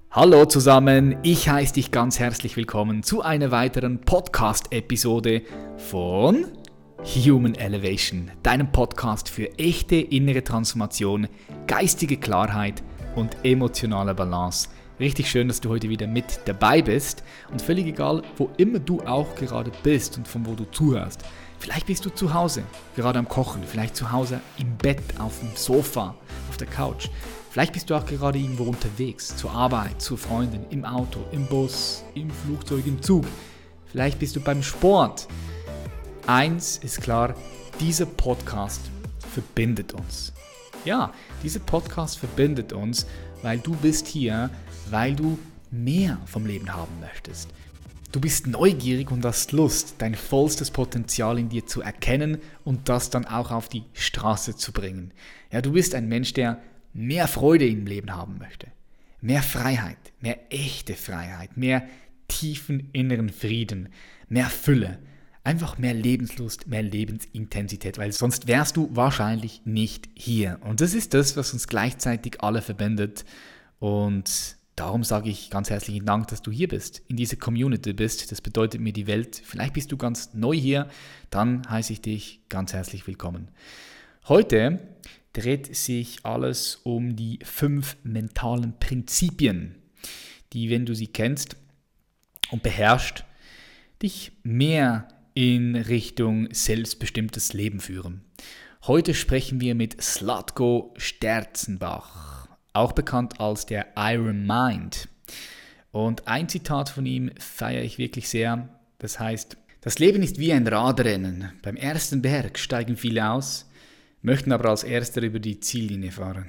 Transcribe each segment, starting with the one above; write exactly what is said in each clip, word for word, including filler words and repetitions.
Hallo zusammen, ich heiße dich ganz herzlich willkommen zu einer weiteren Podcast-Episode von Human Elevation, deinem Podcast für echte innere Transformation, geistige Klarheit und emotionale Balance. Richtig schön, dass du heute wieder mit dabei bist und völlig egal, wo immer du auch gerade bist und von wo du zuhörst. Vielleicht bist du zu Hause, gerade am Kochen, vielleicht zu Hause im Bett, auf dem Sofa, auf der Couch. Vielleicht bist du auch gerade irgendwo unterwegs, zur Arbeit, zu Freunden, im Auto, im Bus, im Flugzeug, im Zug. Vielleicht bist du beim Sport. Eins ist klar, dieser Podcast verbindet uns. Ja, dieser Podcast verbindet uns, weil du bist hier, weil du mehr vom Leben haben möchtest. Du bist neugierig und hast Lust, dein vollstes Potenzial in dir zu erkennen und das dann auch auf die Straße zu bringen. Ja, du bist ein Mensch, der mehr Freude im Leben haben möchte, mehr Freiheit, mehr echte Freiheit, mehr tiefen inneren Frieden, mehr Fülle, einfach mehr Lebenslust, mehr Lebensintensität, weil sonst wärst du wahrscheinlich nicht hier. Und das ist das, was uns gleichzeitig alle verbindet. Und darum sage ich ganz herzlichen Dank, dass du hier bist, in dieser Community bist. Das bedeutet mir die Welt. Vielleicht bist du ganz neu hier, dann heiße ich dich ganz herzlich willkommen. Heute dreht sich alles um die fünf mentalen Prinzipien, die, wenn du sie kennst und beherrschst, dich mehr in Richtung selbstbestimmtes Leben führen. Heute sprechen wir mit Zlatko Sterzenbach, auch bekannt als der Iron Mind. Und ein Zitat von ihm feiere ich wirklich sehr, das heißt: Das Leben ist wie ein Radrennen. Beim ersten Berg steigen viele aus, möchten aber als Erster über die Ziellinie fahren.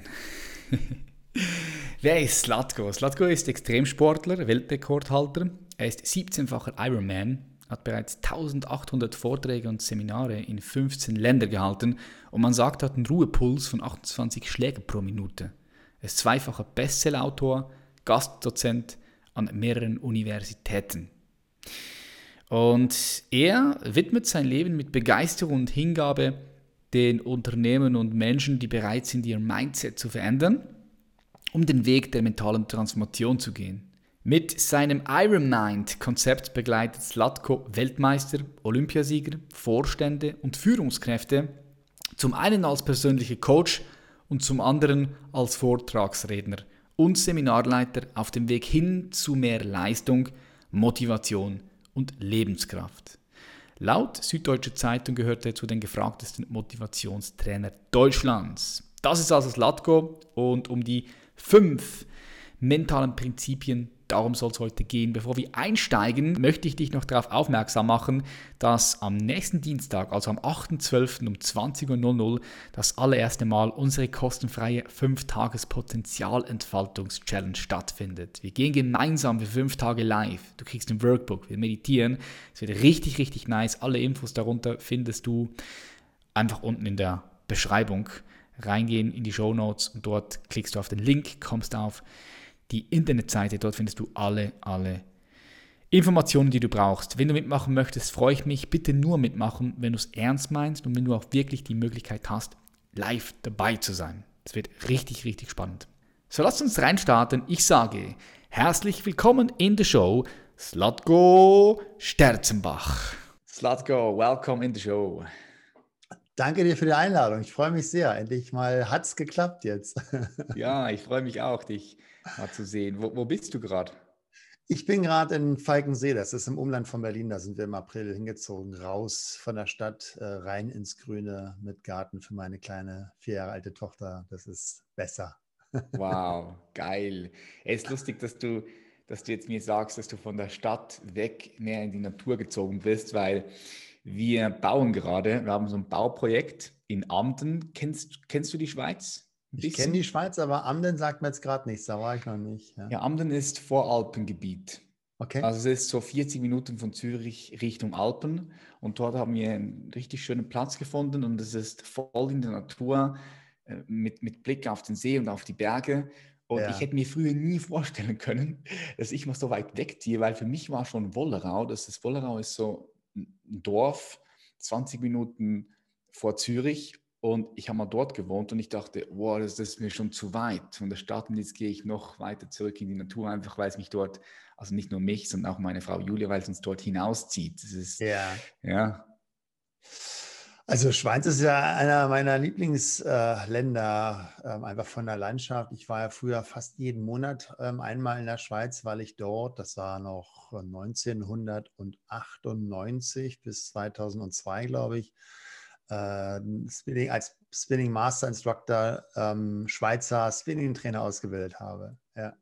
Wer ist Zlatko? Zlatko ist Extremsportler, Weltrekordhalter. Er ist siebzehnfacher Ironman, hat bereits eintausendachthundert Vorträge und Seminare in fünfzehn Ländern gehalten und man sagt, er hat einen Ruhepuls von achtundzwanzig Schlägen pro Minute. Er ist zweifacher Bestsellerautor, Gastdozent an mehreren Universitäten. Und er widmet sein Leben mit Begeisterung und Hingabe den Unternehmen und Menschen, die bereit sind, ihr Mindset zu verändern, um den Weg der mentalen Transformation zu gehen. Mit seinem Iron Mind-Konzept begleitet Zlatko Weltmeister, Olympiasieger, Vorstände und Führungskräfte, zum einen als persönlicher Coach und zum anderen als Vortragsredner und Seminarleiter auf dem Weg hin zu mehr Leistung, Motivation und Lebenskraft. Laut Süddeutsche Zeitung gehört er zu den gefragtesten Motivationstrainer Deutschlands. Das ist also Zlatko und um die fünf mentalen Prinzipien, darum soll es heute gehen. Bevor wir einsteigen, möchte ich dich noch darauf aufmerksam machen, dass am nächsten Dienstag, also am achten zwölften um zwanzig Uhr, das allererste Mal unsere kostenfreie fünf Tages Potenzialentfaltungs-Challenge stattfindet. Wir gehen gemeinsam für fünf Tage live. Du kriegst ein Workbook, wir meditieren. Es wird richtig, richtig nice. Alle Infos darunter findest du einfach unten in der Beschreibung. Reingehen in die Shownotes und dort klickst du auf den Link, kommst auf die Internetseite, dort findest du alle, alle Informationen, die du brauchst. Wenn du mitmachen möchtest, freue ich mich. Bitte nur mitmachen, wenn du es ernst meinst und wenn du auch wirklich die Möglichkeit hast, live dabei zu sein. Das wird richtig, richtig spannend. So, lasst uns reinstarten. Ich sage herzlich willkommen in der Show, Zlatko Sterzenbach. Zlatko, welcome in the show. Danke dir für die Einladung. Ich freue mich sehr. Endlich mal hat es geklappt jetzt. Ja, ich freue mich auch, dich mal zu sehen. Wo, wo bist du gerade? Ich bin gerade in Falkensee, das ist im Umland von Berlin. Da sind wir im April hingezogen, raus von der Stadt, äh, rein ins Grüne mit Garten für meine kleine, vier Jahre alte Tochter. Das ist besser. Wow, geil. Es ist lustig, dass du, dass du jetzt mir sagst, dass du von der Stadt weg mehr in die Natur gezogen bist, weil wir bauen gerade, wir haben so ein Bauprojekt in Amden. Kennst, kennst du die Schweiz? Ein Ich kenne die bisschen? Schweiz, aber Amden sagt mir jetzt gerade nichts. Da war ich noch nicht. Ja. Ja, Amden ist Voralpengebiet. Okay. Also es ist so vierzig Minuten von Zürich Richtung Alpen und dort haben wir einen richtig schönen Platz gefunden und es ist voll in der Natur äh, mit, mit Blick auf den See und auf die Berge. Und ich Ja. hätte mir früher nie vorstellen können, dass ich mal so weit wegziehe, weil für mich war schon Wollerau, das ist Wollerau ist so ein Dorf, zwanzig Minuten vor Zürich Und ich habe mal dort gewohnt und ich dachte, wow, das, das ist mir schon zu weit von der Stadt und jetzt gehe ich noch weiter zurück in die Natur, einfach weil es mich dort, also nicht nur mich, sondern auch meine Frau Julia, weil es uns dort hinauszieht. Das ist, Ja. ja. Also Schweiz ist ja einer meiner Lieblingsländer, ähm, einfach von der Landschaft. Ich war ja früher fast jeden Monat ähm, einmal in der Schweiz, weil ich dort, das war noch neunzehnhundertachtundneunzig bis zweitausendzwei, glaube ich, äh, Spinning, als Spinning Master Instructor ähm, Schweizer Spinning Trainer ausgebildet habe. Ja.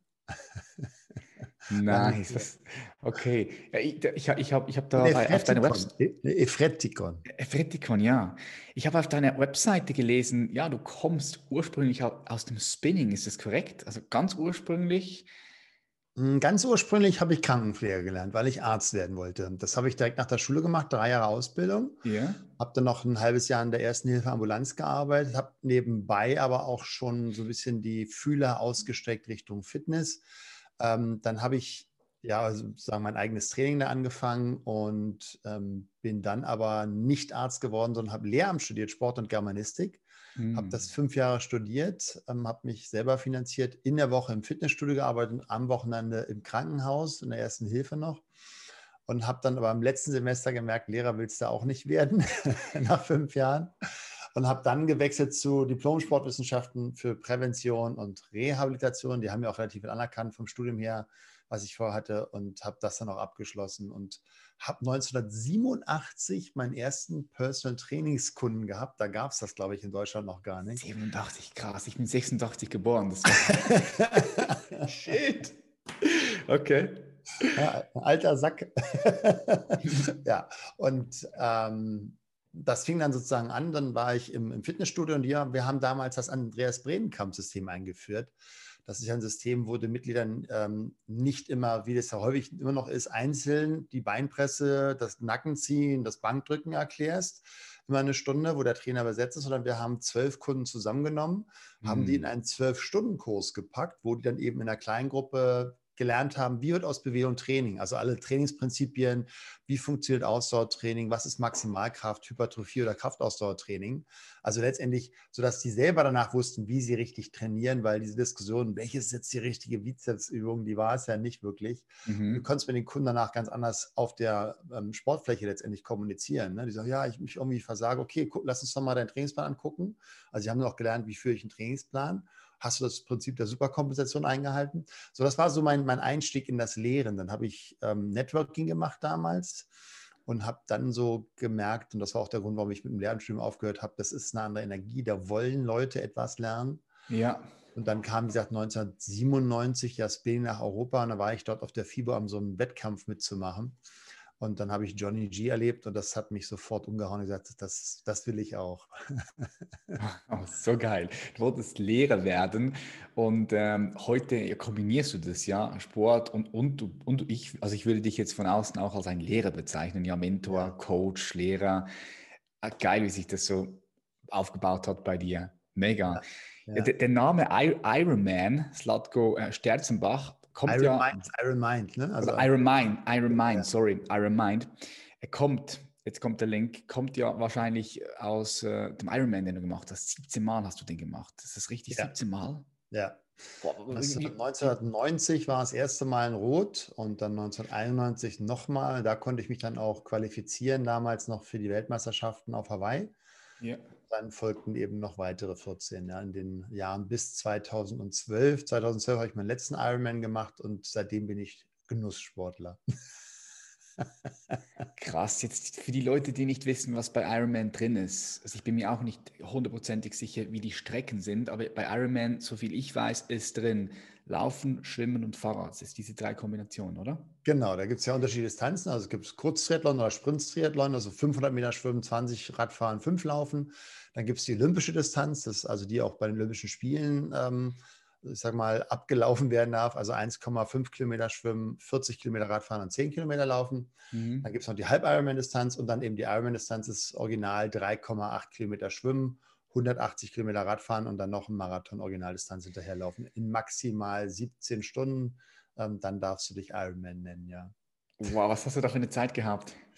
Lange Nice. her. Das, okay. Ja, ich ich, ich habe ich hab In da bei, auf deiner Efretikon. Website, Efretikon. Fretikon, ja. Ich habe auf deiner Webseite gelesen, ja, du kommst ursprünglich au- aus dem Spinning, ist das korrekt? Also ganz ursprünglich. Hm, Ganz ursprünglich habe ich Krankenpfleger gelernt, weil ich Arzt werden wollte. Das habe ich direkt nach der Schule gemacht, drei Jahre Ausbildung. Ja. Habe dann noch ein halbes Jahr in der Ersten Hilfe Ambulanz gearbeitet, habe nebenbei aber auch schon so ein bisschen die Fühler ausgestreckt Richtung Fitness. Ähm, dann habe ich ja also sozusagen mein eigenes Training da angefangen und ähm, bin dann aber nicht Arzt geworden, sondern habe Lehramt studiert, Sport und Germanistik. Habe das Hm. fünf Jahre studiert, ähm, habe mich selber finanziert, in der Woche im Fitnessstudio gearbeitet, am Wochenende im Krankenhaus, in der Ersten Hilfe noch. Und habe dann aber im letzten Semester gemerkt, Lehrer willst du auch nicht werden, nach fünf Jahren. Und habe dann gewechselt zu Diplom-Sportwissenschaften für Prävention und Rehabilitation. Die haben ja auch relativ viel anerkannt vom Studium her, was ich vorher hatte. Und habe das dann auch abgeschlossen. Und habe neunzehnhundertsiebenundachtzig meinen ersten Personal Trainingskunden gehabt. Da gab es das, glaube ich, in Deutschland noch gar nicht. siebenundachtzig, krass. Ich bin sechsundachtzig geboren. Das war shit. Okay. Ja, ein alter Sack. Ja, und ähm, das fing dann sozusagen an. Dann war ich im, im Fitnessstudio und ja, wir haben damals das Andreas Bredenkamp-System eingeführt. Das ist ein System, wo den Mitgliedern ähm, nicht immer, wie das ja häufig immer noch ist, einzeln die Beinpresse, das Nackenziehen, das Bankdrücken erklärst. Immer eine Stunde, wo der Trainer besetzt ist, sondern wir haben zwölf Kunden zusammengenommen, haben die in Hm. einen zwölf-Stunden-Kurs gepackt, wo die dann eben in einer kleinen Gruppe gelernt haben, wie wird aus Bewegung Training, also alle Trainingsprinzipien, wie funktioniert Ausdauertraining, was ist Maximalkraft, Hypertrophie oder Kraftausdauertraining. Also letztendlich, sodass die selber danach wussten, wie sie richtig trainieren, weil diese Diskussion, welches ist jetzt die richtige Bizepsübung, die war es ja nicht wirklich. Und du Mhm. konntest mit den Kunden danach ganz anders auf der ähm, Sportfläche letztendlich kommunizieren. Ne? Die sagen, ja, ich mich irgendwie versage, okay, guck, lass uns doch mal deinen Trainingsplan angucken. Also sie haben auch gelernt, wie führe ich einen Trainingsplan. Hast du das Prinzip der Superkompensation eingehalten? So, das war so mein, mein Einstieg in das Lehren. Dann habe ich ähm, Networking gemacht damals und habe dann so gemerkt, und das war auch der Grund, warum ich mit dem Lehramtsstudium aufgehört habe, das ist eine andere Energie, da wollen Leute etwas lernen. Ja. Und dann kam, wie gesagt, neunzehnhundertsiebenundneunzig ja Spinning nach Europa und da war ich dort auf der FIBO, um so einen Wettkampf mitzumachen. Und dann habe ich Johnny G erlebt und das hat mich sofort umgehauen und gesagt, das, das will ich auch. Oh, so geil. Du wolltest Lehrer werden und ähm, heute ja, kombinierst du das ja, Sport und, und, du- und du- ich, also ich würde dich jetzt von außen auch als ein Lehrer bezeichnen, ja, Ja, Mentor, Coach, Lehrer. Ah, geil, wie sich das so aufgebaut hat bei dir. Mega. ja, Ja, ja. der, der Name I- Iron Man, Zlatko äh, Sterzenbach, kommt Iron ja, Mind, Iron Mind, ne? oder Also, Iron Mind, Iron ja, Mind, sorry, Iron Mind. Er kommt, jetzt kommt der Link, kommt ja wahrscheinlich aus äh, dem Iron Man, den du gemacht hast. siebzehn Mal hast du den gemacht. Ist das richtig? ja, siebzehn Mal? ja. Boah, Das, wie, wie, neunzehnhundertneunzig war das erste Mal in Rot und dann neunzehnhunderteinundneunzig nochmal. Da konnte ich mich dann auch qualifizieren, damals noch für die Weltmeisterschaften auf Hawaii. ja. Dann folgten eben noch weitere vierzehn, ja, in den Jahren bis zweitausendzwölf. zweitausendzwölf habe ich meinen letzten Ironman gemacht und seitdem bin ich Genusssportler. Krass, jetzt für die Leute, die nicht wissen, was bei Ironman drin ist. Also ich bin mir auch nicht hundertprozentig sicher, wie die Strecken sind, aber bei Ironman, so viel ich weiß, ist drin Laufen, Schwimmen und Fahrrad. Das ist diese drei Kombinationen, oder? Genau, da gibt es ja unterschiedliche Distanzen. Also es gibt Kurztriathlon oder Sprinttriathlon, also fünfhundert Meter Schwimmen, zwanzig Radfahren, fünf Laufen. Dann gibt es die olympische Distanz, das ist also die auch bei den Olympischen Spielen, ähm, ich sag mal, abgelaufen werden darf. Also eins Komma fünf Kilometer Schwimmen, vierzig Kilometer Radfahren und zehn Kilometer Laufen. Dann Mhm. gibt es noch die Halb-Ironman-Distanz und dann eben die Ironman-Distanz ist original drei Komma acht Kilometer Schwimmen, hundertachtzig Kilometer Radfahren und dann noch ein Marathon-Originaldistanz hinterherlaufen in maximal siebzehn Stunden. Ähm, dann darfst du dich Ironman nennen, ja. Wow, was hast du da für eine Zeit gehabt?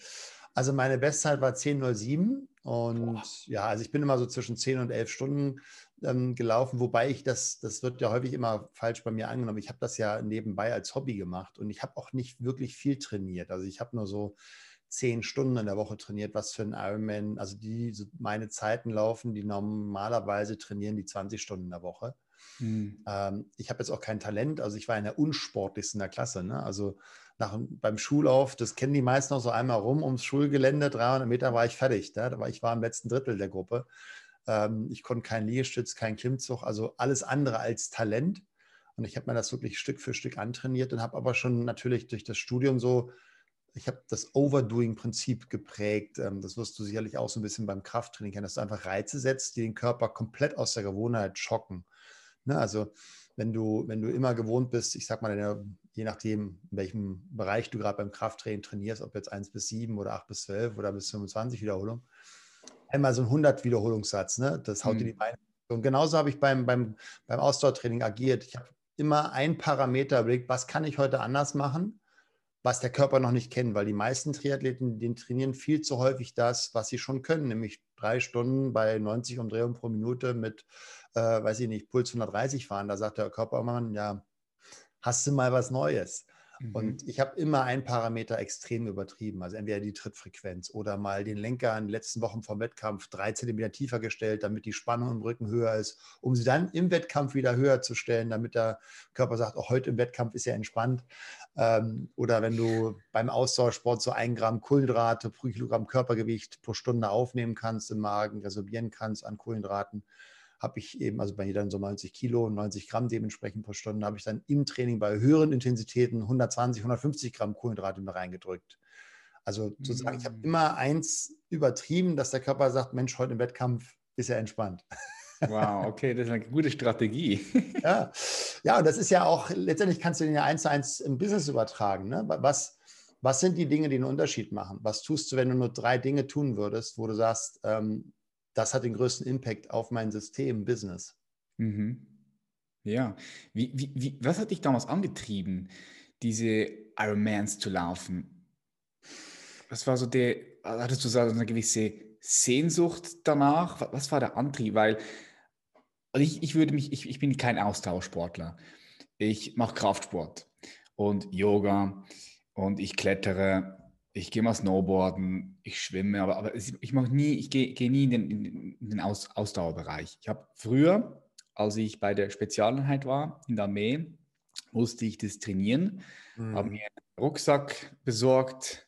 Also meine Bestzeit war zehn Komma null sieben und Boah. ja, also ich bin immer so zwischen zehn und elf Stunden ähm, gelaufen, wobei ich das, das wird ja häufig immer falsch bei mir angenommen. Ich habe das ja nebenbei als Hobby gemacht und ich habe auch nicht wirklich viel trainiert. Also ich habe nur so zehn Stunden in der Woche trainiert, was für einen Ironman, also die so meine Zeiten laufen, die normalerweise trainieren die zwanzig Stunden in der Woche. Hm. Ähm, ich habe jetzt auch kein Talent, also ich war in der unsportlichsten der Klasse. Ne? Also nach, beim Schulauf, das kennen die meisten noch so einmal rum ums Schulgelände, dreihundert Meter war ich fertig. Ne? Da war, ich war im letzten Drittel der Gruppe. Ähm, ich konnte keinen Liegestütz, keinen Klimmzug, also alles andere als Talent. Und ich habe mir das wirklich Stück für Stück antrainiert und habe aber schon natürlich durch das Studium so, ich habe das Overdoing-Prinzip geprägt. Ähm, das wirst du sicherlich auch so ein bisschen beim Krafttraining kennen, dass du einfach Reize setzt, die den Körper komplett aus der Gewohnheit schocken. Ne? Also wenn du, wenn du immer gewohnt bist, ich sag mal, der, je nachdem, in welchem Bereich du gerade beim Krafttraining trainierst, ob jetzt eins bis sieben oder acht bis zwölf oder bis fünfundzwanzig Wiederholungen, einmal so ein hundert Wiederholungssatz, ne? Das haut dir die Hm. Beine. Und genauso habe ich beim, beim, beim Ausdauertraining agiert. Ich habe immer einen Parameter überlegt, was kann ich heute anders machen, was der Körper noch nicht kennt, weil die meisten Triathleten, die trainieren viel zu häufig das, was sie schon können, nämlich drei Stunden bei neunzig Umdrehungen pro Minute mit, äh, weiß ich nicht, Puls hundertdreißig fahren. Da sagt der Körper immer, ja, hast du mal was Neues? Und Mhm. ich habe immer einen Parameter extrem übertrieben, also entweder die Trittfrequenz oder mal den Lenker in den letzten Wochen vom Wettkampf drei Zentimeter tiefer gestellt, damit die Spannung im Rücken höher ist, um sie dann im Wettkampf wieder höher zu stellen, damit der Körper sagt, auch heute im Wettkampf ist er entspannt. Ähm, oder wenn du beim Ausdauersport so ein Gramm Kohlenhydrate pro Kilogramm Körpergewicht pro Stunde aufnehmen kannst im Magen, resorbieren kannst an Kohlenhydraten, habe ich eben, also bei jeder so neunzig Kilo und neunzig Gramm dementsprechend pro Stunde, habe ich dann im Training bei höheren Intensitäten hundertzwanzig, hundertfünfzig Gramm Kohlenhydrate mit reingedrückt. Also sozusagen, ich habe Hm. immer eins übertrieben, dass der Körper sagt, Mensch, heute im Wettkampf ist er entspannt. Wow, okay, das ist eine gute Strategie. Ja, ja, und das ist ja auch, letztendlich kannst du den ja eins zu eins im Business übertragen. Ne? Was, was sind die Dinge, die einen Unterschied machen? Was tust du, wenn du nur drei Dinge tun würdest, wo du sagst, ähm, das hat den größten Impact auf mein System, Business? Mhm. Ja, wie, wie, wie, was hat dich damals angetrieben, diese Ironmans zu laufen? Was war so der, hattest du so eine gewisse Sehnsucht danach? Wa- Was war der Antrieb? Weil also ich, ich würde mich, ich, ich bin kein Ausdauersportler. Ich mache Kraftsport und Yoga und ich klettere, ich gehe mal Snowboarden, ich schwimme, aber, aber es- ich mache nie, ich gehe, gehe nie in den, in, in den Aus, Ausdauerbereich. Ich habe früher, als ich bei der Spezialeinheit war in der Armee, musste ich das trainieren, habe mir Mhm. einen Rucksack besorgt,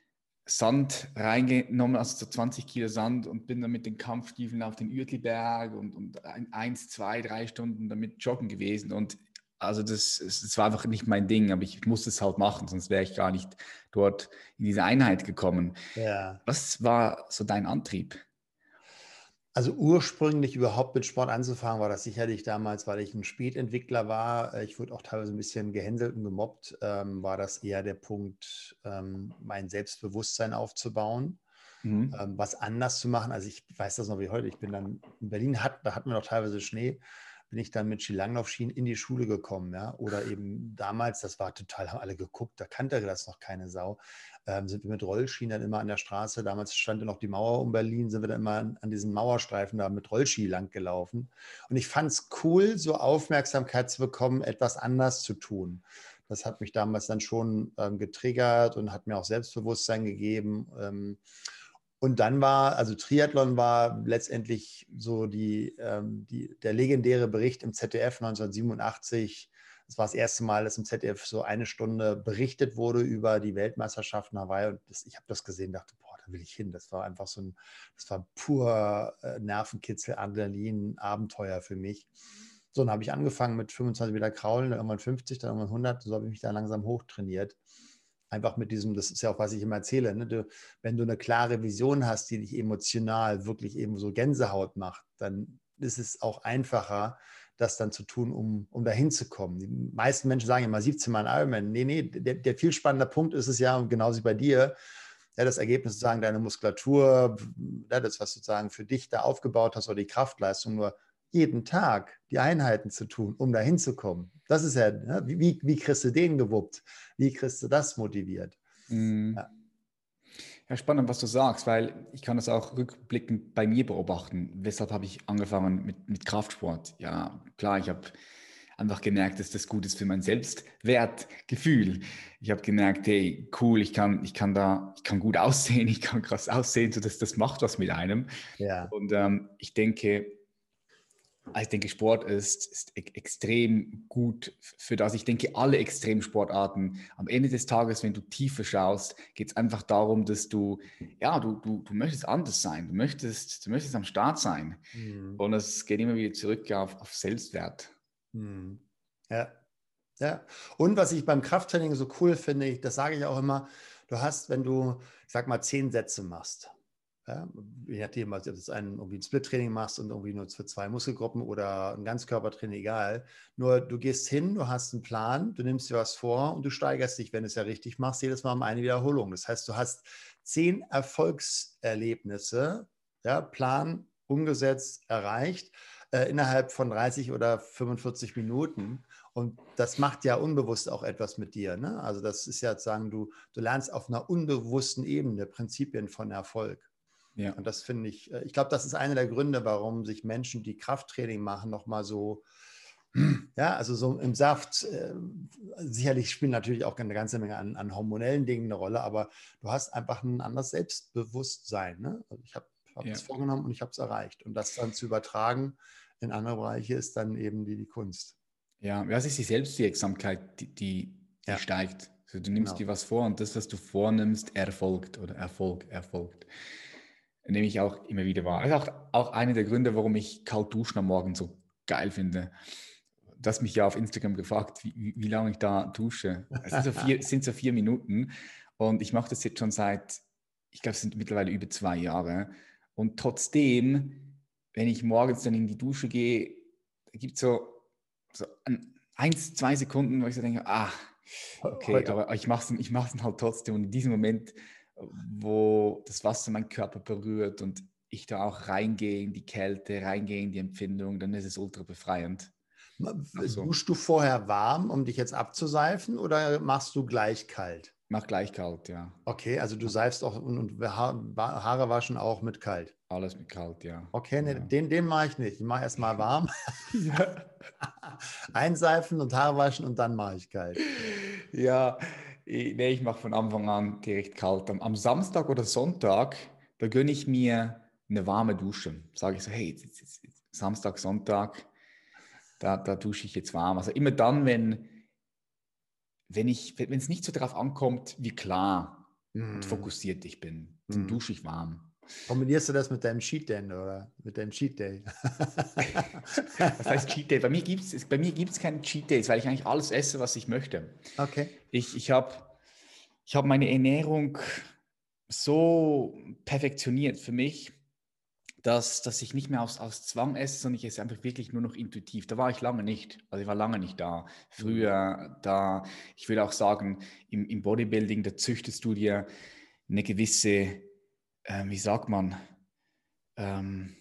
Sand reingenommen, also so zwanzig Kilo Sand und bin dann mit den Kampfstiefeln auf den Uetliberg und, und ein, eins, zwei, drei Stunden damit joggen gewesen. Und also das, das war einfach nicht mein Ding, aber ich musste es halt machen, sonst wäre ich gar nicht dort in diese Einheit gekommen. Ja. Was war so dein Antrieb? Also ursprünglich überhaupt mit Sport anzufangen, war das sicherlich damals, weil ich ein Spätentwickler war. Äh, Ich wurde auch teilweise ein bisschen gehänselt und gemobbt. Ähm, war das eher der Punkt, ähm, mein Selbstbewusstsein aufzubauen, Mhm. ähm, was anders zu machen. Also ich weiß das noch wie heute. Ich bin dann in Berlin, hat, da hatten wir noch teilweise Schnee, bin ich dann mit Skilanglaufschienen in die Schule gekommen. Ja? Oder eben damals, das war total, haben alle geguckt, da kannte das noch keine Sau, ähm, sind wir mit Rollschienen dann immer an der Straße, damals stand ja noch die Mauer um Berlin, sind wir dann immer an, an diesen Mauerstreifen da mit Rollski lang gelaufen. Und ich fand es cool, so Aufmerksamkeit zu bekommen, etwas anders zu tun. Das hat mich damals dann schon ähm, getriggert und hat mir auch Selbstbewusstsein gegeben. Ähm, und dann war, also Triathlon war letztendlich so die, ähm, die, der legendäre Bericht im Z D F neunzehnhundertsiebenundachtzig. Das war das erste Mal, dass im Z D F so eine Stunde berichtet wurde über die Weltmeisterschaft in Hawaii. Und das, ich habe das gesehen, dachte, boah, da will ich hin. Das war einfach so ein, das war pur äh, Nervenkitzel, Adrenalin, Abenteuer für mich. So, dann habe ich angefangen mit fünfundzwanzig Meter Kraulen, dann irgendwann fünfzig, dann irgendwann hundert. So habe ich mich da langsam hochtrainiert. Einfach mit diesem, das ist ja auch, was ich immer erzähle, ne? Du, wenn du eine klare Vision hast, die dich emotional wirklich eben so Gänsehaut macht, dann ist es auch einfacher, das dann zu tun, um, um dahin zu kommen. Die meisten Menschen sagen immer siebzehn Mal ein Ironman. Nee, nee, der, der viel spannende Punkt ist es ja, genauso wie bei dir, ja, das Ergebnis sozusagen, deine Muskulatur, ja, das, was sozusagen für dich da aufgebaut hast oder die Kraftleistung, nur jeden Tag die Einheiten zu tun, um dahin zu kommen. Das ist ja, ne? wie, wie, wie kriegst du den gewuppt? Wie kriegst du das motiviert? Mhm. Ja. Ja, spannend, was du sagst, weil ich kann das auch rückblickend bei mir beobachten. Weshalb habe ich angefangen mit, mit Kraftsport? Ja, klar, ich habe einfach gemerkt, dass das gut ist für mein Selbstwertgefühl. Ich habe gemerkt, hey, cool, ich kann, ich kann da, ich kann gut aussehen, ich kann krass aussehen, so dass das macht was mit einem. Ja. Und ähm, ich denke, ich denke, Sport ist, ist e- extrem gut für das. Ich denke, alle Extremsportarten, am Ende des Tages, wenn du tiefer schaust, geht es einfach darum, dass du, ja, du, du, du möchtest anders sein. Du möchtest, du möchtest am Start sein. Hm. Und es geht immer wieder zurück auf, auf Selbstwert. Hm. Ja. Ja, und was ich beim Krafttraining so cool finde, ich, das sage ich auch immer, du hast, wenn du, ich sag mal, zehn Sätze machst, ja, je nachdem, also ob du einen, irgendwie ein Split-Training machst und irgendwie nur für zwei Muskelgruppen oder ein Ganzkörpertraining, egal. Nur du gehst hin, du hast einen Plan, du nimmst dir was vor und du steigerst dich, wenn du es ja richtig machst, jedes Mal um eine Wiederholung. Das heißt, du hast zehn Erfolgserlebnisse, ja, Plan umgesetzt, erreicht, äh, innerhalb von dreißig oder fünfundvierzig Minuten. Und das macht ja unbewusst auch etwas mit dir. Ne? Also das ist ja sagen, du, du lernst auf einer unbewussten Ebene Prinzipien von Erfolg. Ja. Und das finde ich, äh, ich glaube, das ist einer der Gründe, warum sich Menschen, die Krafttraining machen, nochmal so, ja, also so im Saft, äh, sicherlich spielen natürlich auch eine ganze Menge an, an hormonellen Dingen eine Rolle, aber du hast einfach ein anderes Selbstbewusstsein. Ne? Also ich habe hab Ja. es vorgenommen und ich habe es erreicht. Und das dann zu übertragen in andere Bereiche ist dann eben die, die Kunst. Ja, das ist die Selbstwirksamkeit, die, die, die Ja, steigt. Also du nimmst genau. dir was vor und das, was du vornimmst, erfolgt oder Erfolg, erfolgt. Nehme ich auch immer wieder wahr. Das ist auch, auch einer der Gründe, warum ich kalt duschen am Morgen so geil finde. Du hast mich ja auf Instagram gefragt, wie, wie, wie lange ich da dusche. Es sind so vier, es sind so vier Minuten und ich mache das jetzt schon seit, ich glaube, es sind mittlerweile über zwei Jahre. Und trotzdem, wenn ich morgens dann in die Dusche gehe, da gibt es so, so ein, eins, zwei Sekunden, wo ich so denke, ah, okay, Heute. aber ich mache es ich mach's dann halt trotzdem. Und in diesem Moment, wo das Wasser meinen Körper berührt und ich da auch reingehe in die Kälte, reingehe in die Empfindung, dann ist es ultra befreiend. Auch so, Duschst du vorher warm, um dich jetzt abzuseifen, oder machst du gleich kalt? mach gleich kalt, ja. Okay, also du seifst auch und, und Haare waschen auch mit kalt. Alles mit kalt, ja. Okay, nee, Ja. den, den mache ich nicht. Ich mache erstmal warm, Ja. einseifen und Haare waschen und dann mache ich kalt. Ja, ich, nee, ich mache von Anfang an direkt kalt. Am, am Samstag oder Sonntag, da gönne ich mir eine warme Dusche. Sage ich so, hey, jetzt, jetzt, jetzt, Samstag, Sonntag, da, da dusche ich jetzt warm. Also immer dann, wenn, wenn ich, wenn es nicht so darauf ankommt, wie klar und Hm. fokussiert ich bin, dann Hm. dusche ich warm. Kombinierst du das mit deinem Cheat Day oder mit deinem Cheat Day? Was heißt Cheat Day? Bei mir gibt es bei mir gibt's keine Cheat Days, weil ich eigentlich alles esse, was ich möchte. Okay. Ich, ich habe ich hab meine Ernährung so perfektioniert für mich, dass, dass ich nicht mehr aus, aus Zwang esse, sondern ich esse einfach wirklich nur noch intuitiv. Da war ich lange nicht. Also ich war lange nicht da. Hm. Früher da, ich würde auch sagen, im, im Bodybuilding, da züchtest du dir eine gewisse, äh, wie sagt man, ähm,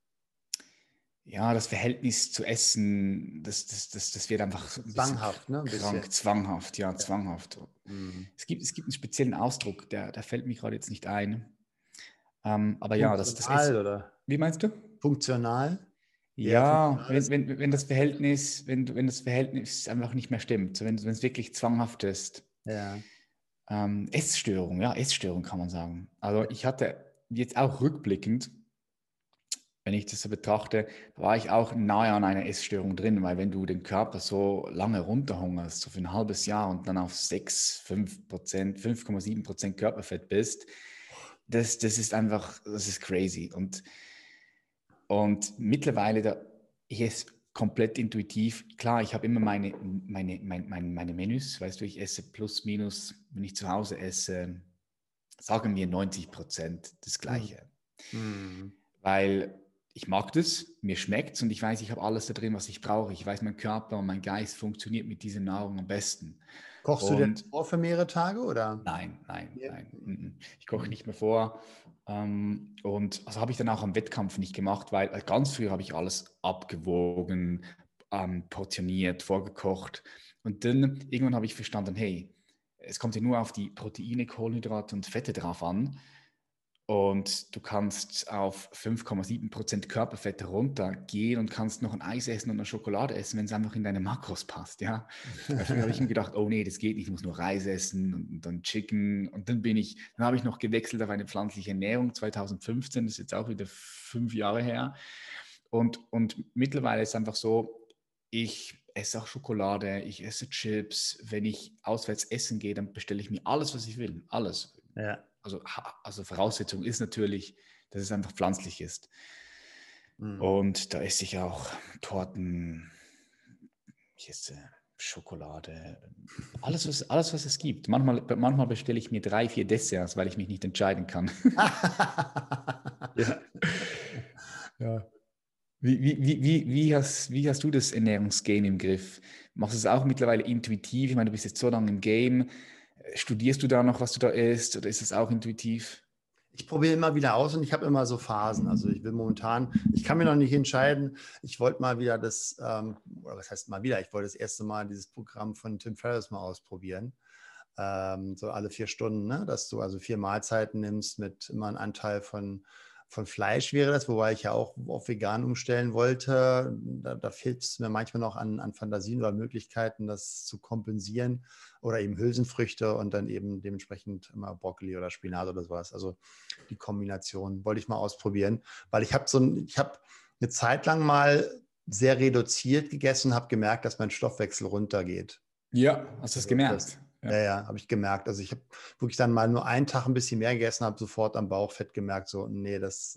ja, das Verhältnis zu Essen, das, das, das, das wird einfach so ein bisschen Zwanghaft, ne? Ein krank, bisschen. zwanghaft, ja, Ja. zwanghaft. Hm. Es gibt, es gibt einen speziellen Ausdruck, der, der fällt mir gerade jetzt nicht ein. Ähm, aber ja, das, das Funktional Essen. oder Wie meinst du? funktional? Eher Ja, wenn, funktionales. wenn, wenn das Verhältnis, wenn, wenn das Verhältnis einfach nicht mehr stimmt, so wenn, wenn es wirklich zwanghaft ist. Ja. Ähm, Essstörung, ja, Essstörung kann man sagen. Also ich hatte jetzt auch rückblickend, wenn ich das so betrachte, war ich auch nahe an einer Essstörung drin, weil wenn du den Körper so lange runterhungerst, so für ein halbes Jahr und dann auf sechs, fünf Prozent, fünf Komma sieben Prozent Körperfett bist, das, das ist einfach, das ist crazy. Und, und mittlerweile, da, ich esse komplett intuitiv. Klar, ich habe immer meine, meine, meine, meine, meine Menüs, weißt du, ich esse plus, minus, wenn ich zu Hause esse, sagen wir neunzig Prozent das Hm. Gleiche. Hm. Weil ich mag das, mir schmeckt es und ich weiß, ich habe alles da drin, was ich brauche. Ich weiß, mein Körper und mein Geist funktioniert mit dieser Nahrung am besten. Kochst du denn Und vor für mehrere Tage oder? nein, nein, Ja. nein. mm, mm. Ich koche Hm. nicht mehr vor. Ähm, und also habe ich dann auch am Wettkampf nicht gemacht, weil äh, ganz früh habe ich alles abgewogen, ähm, portioniert, vorgekocht. Und dann irgendwann habe ich verstanden, hey, es kommt ja nur auf die Proteine, Kohlenhydrate und Fette drauf an. Und du kannst auf fünf Komma sieben Prozent Körperfett runtergehen und kannst noch ein Eis essen und eine Schokolade essen, wenn es einfach in deine Makros passt, ja. Weil früher habe ich mir gedacht, oh nee, das geht nicht, ich muss nur Reis essen und dann Chicken. Und dann bin ich, dann habe ich noch gewechselt auf eine pflanzliche Ernährung zwanzig fünfzehn, das ist jetzt auch wieder fünf Jahre her. Und, und mittlerweile ist es einfach so, ich esse auch Schokolade, ich esse Chips. Wenn ich auswärts essen gehe, dann bestelle ich mir alles, was ich will, alles. Ja. Also, also Voraussetzung ist natürlich, dass es einfach pflanzlich ist. Mhm. Und da esse ich auch Torten, ich esse Schokolade, alles was, alles, was es gibt. Manchmal, manchmal bestelle ich mir drei, vier Desserts, weil ich mich nicht entscheiden kann. Ja. Ja. Wie, wie, wie, wie, wie, hast, wie hast du das Ernährungsgame im Griff? Machst du es auch mittlerweile intuitiv? Ich meine, du bist jetzt so lange im Game. Studierst du da noch, was du da isst, oder ist es auch intuitiv? Ich probiere immer wieder aus und ich habe immer so Phasen. Also ich will momentan, ich kann mir noch nicht entscheiden. Ich wollte mal wieder das, ähm, oder was heißt mal wieder, ich wollte das erste Mal dieses Programm von Tim Ferriss mal ausprobieren. Ähm, so alle vier Stunden, ne? Dass du also vier Mahlzeiten nimmst mit immer einem Anteil von, von Fleisch wäre das, wobei ich ja auch auf vegan umstellen wollte. Da, da fehlt es mir manchmal noch an, an Fantasien oder Möglichkeiten, das zu kompensieren. Oder eben Hülsenfrüchte und dann eben dementsprechend immer Brokkoli oder Spinat oder sowas. Also die Kombination wollte ich mal ausprobieren, weil ich habe so ein, ich habe eine Zeit lang mal sehr reduziert gegessen und habe gemerkt, dass mein Stoffwechsel runtergeht. Ja, hast du das Also das, gemerkt? ja, Ja. ja, habe ich gemerkt. Also ich habe wirklich dann mal nur einen Tag ein bisschen mehr gegessen, habe sofort am Bauchfett gemerkt, so, nee, das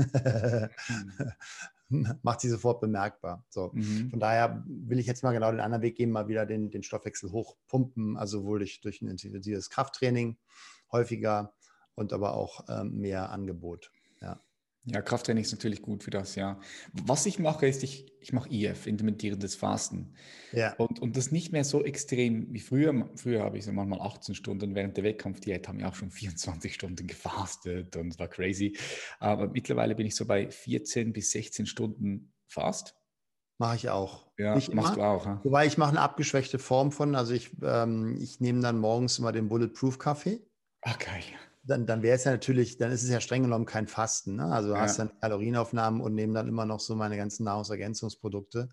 äh, Hm. macht sich sofort bemerkbar. So. Von Mhm. daher will ich jetzt mal genau den anderen Weg gehen, mal wieder den, den Stoffwechsel hochpumpen, also wohl durch, durch ein intensives Krafttraining häufiger und aber auch ähm, mehr Angebot. Ja. Ja, Krafttraining ist natürlich gut für das, ja. Was ich mache, ist, ich, ich mache I F, intermittierendes Fasten. Ja. Und, und das nicht mehr so extrem wie früher. Früher habe ich so manchmal achtzehn Stunden während der Wettkampfdiät, haben wir auch schon vierundzwanzig Stunden gefastet und es war crazy. Aber mittlerweile bin ich so bei vierzehn bis sechzehn Stunden Fast. Mache ich auch. Ja, Nicht machst immer. du auch, ha? Wobei ich mache eine abgeschwächte Form von, also ich, ähm, ich nehme dann morgens immer den Bulletproof Kaffee. Okay. Dann, dann wäre es ja natürlich, dann ist es ja streng genommen kein Fasten. Ne? Also du hast Ja, dann Kalorienaufnahmen und nehme dann immer noch so meine ganzen Nahrungsergänzungsprodukte,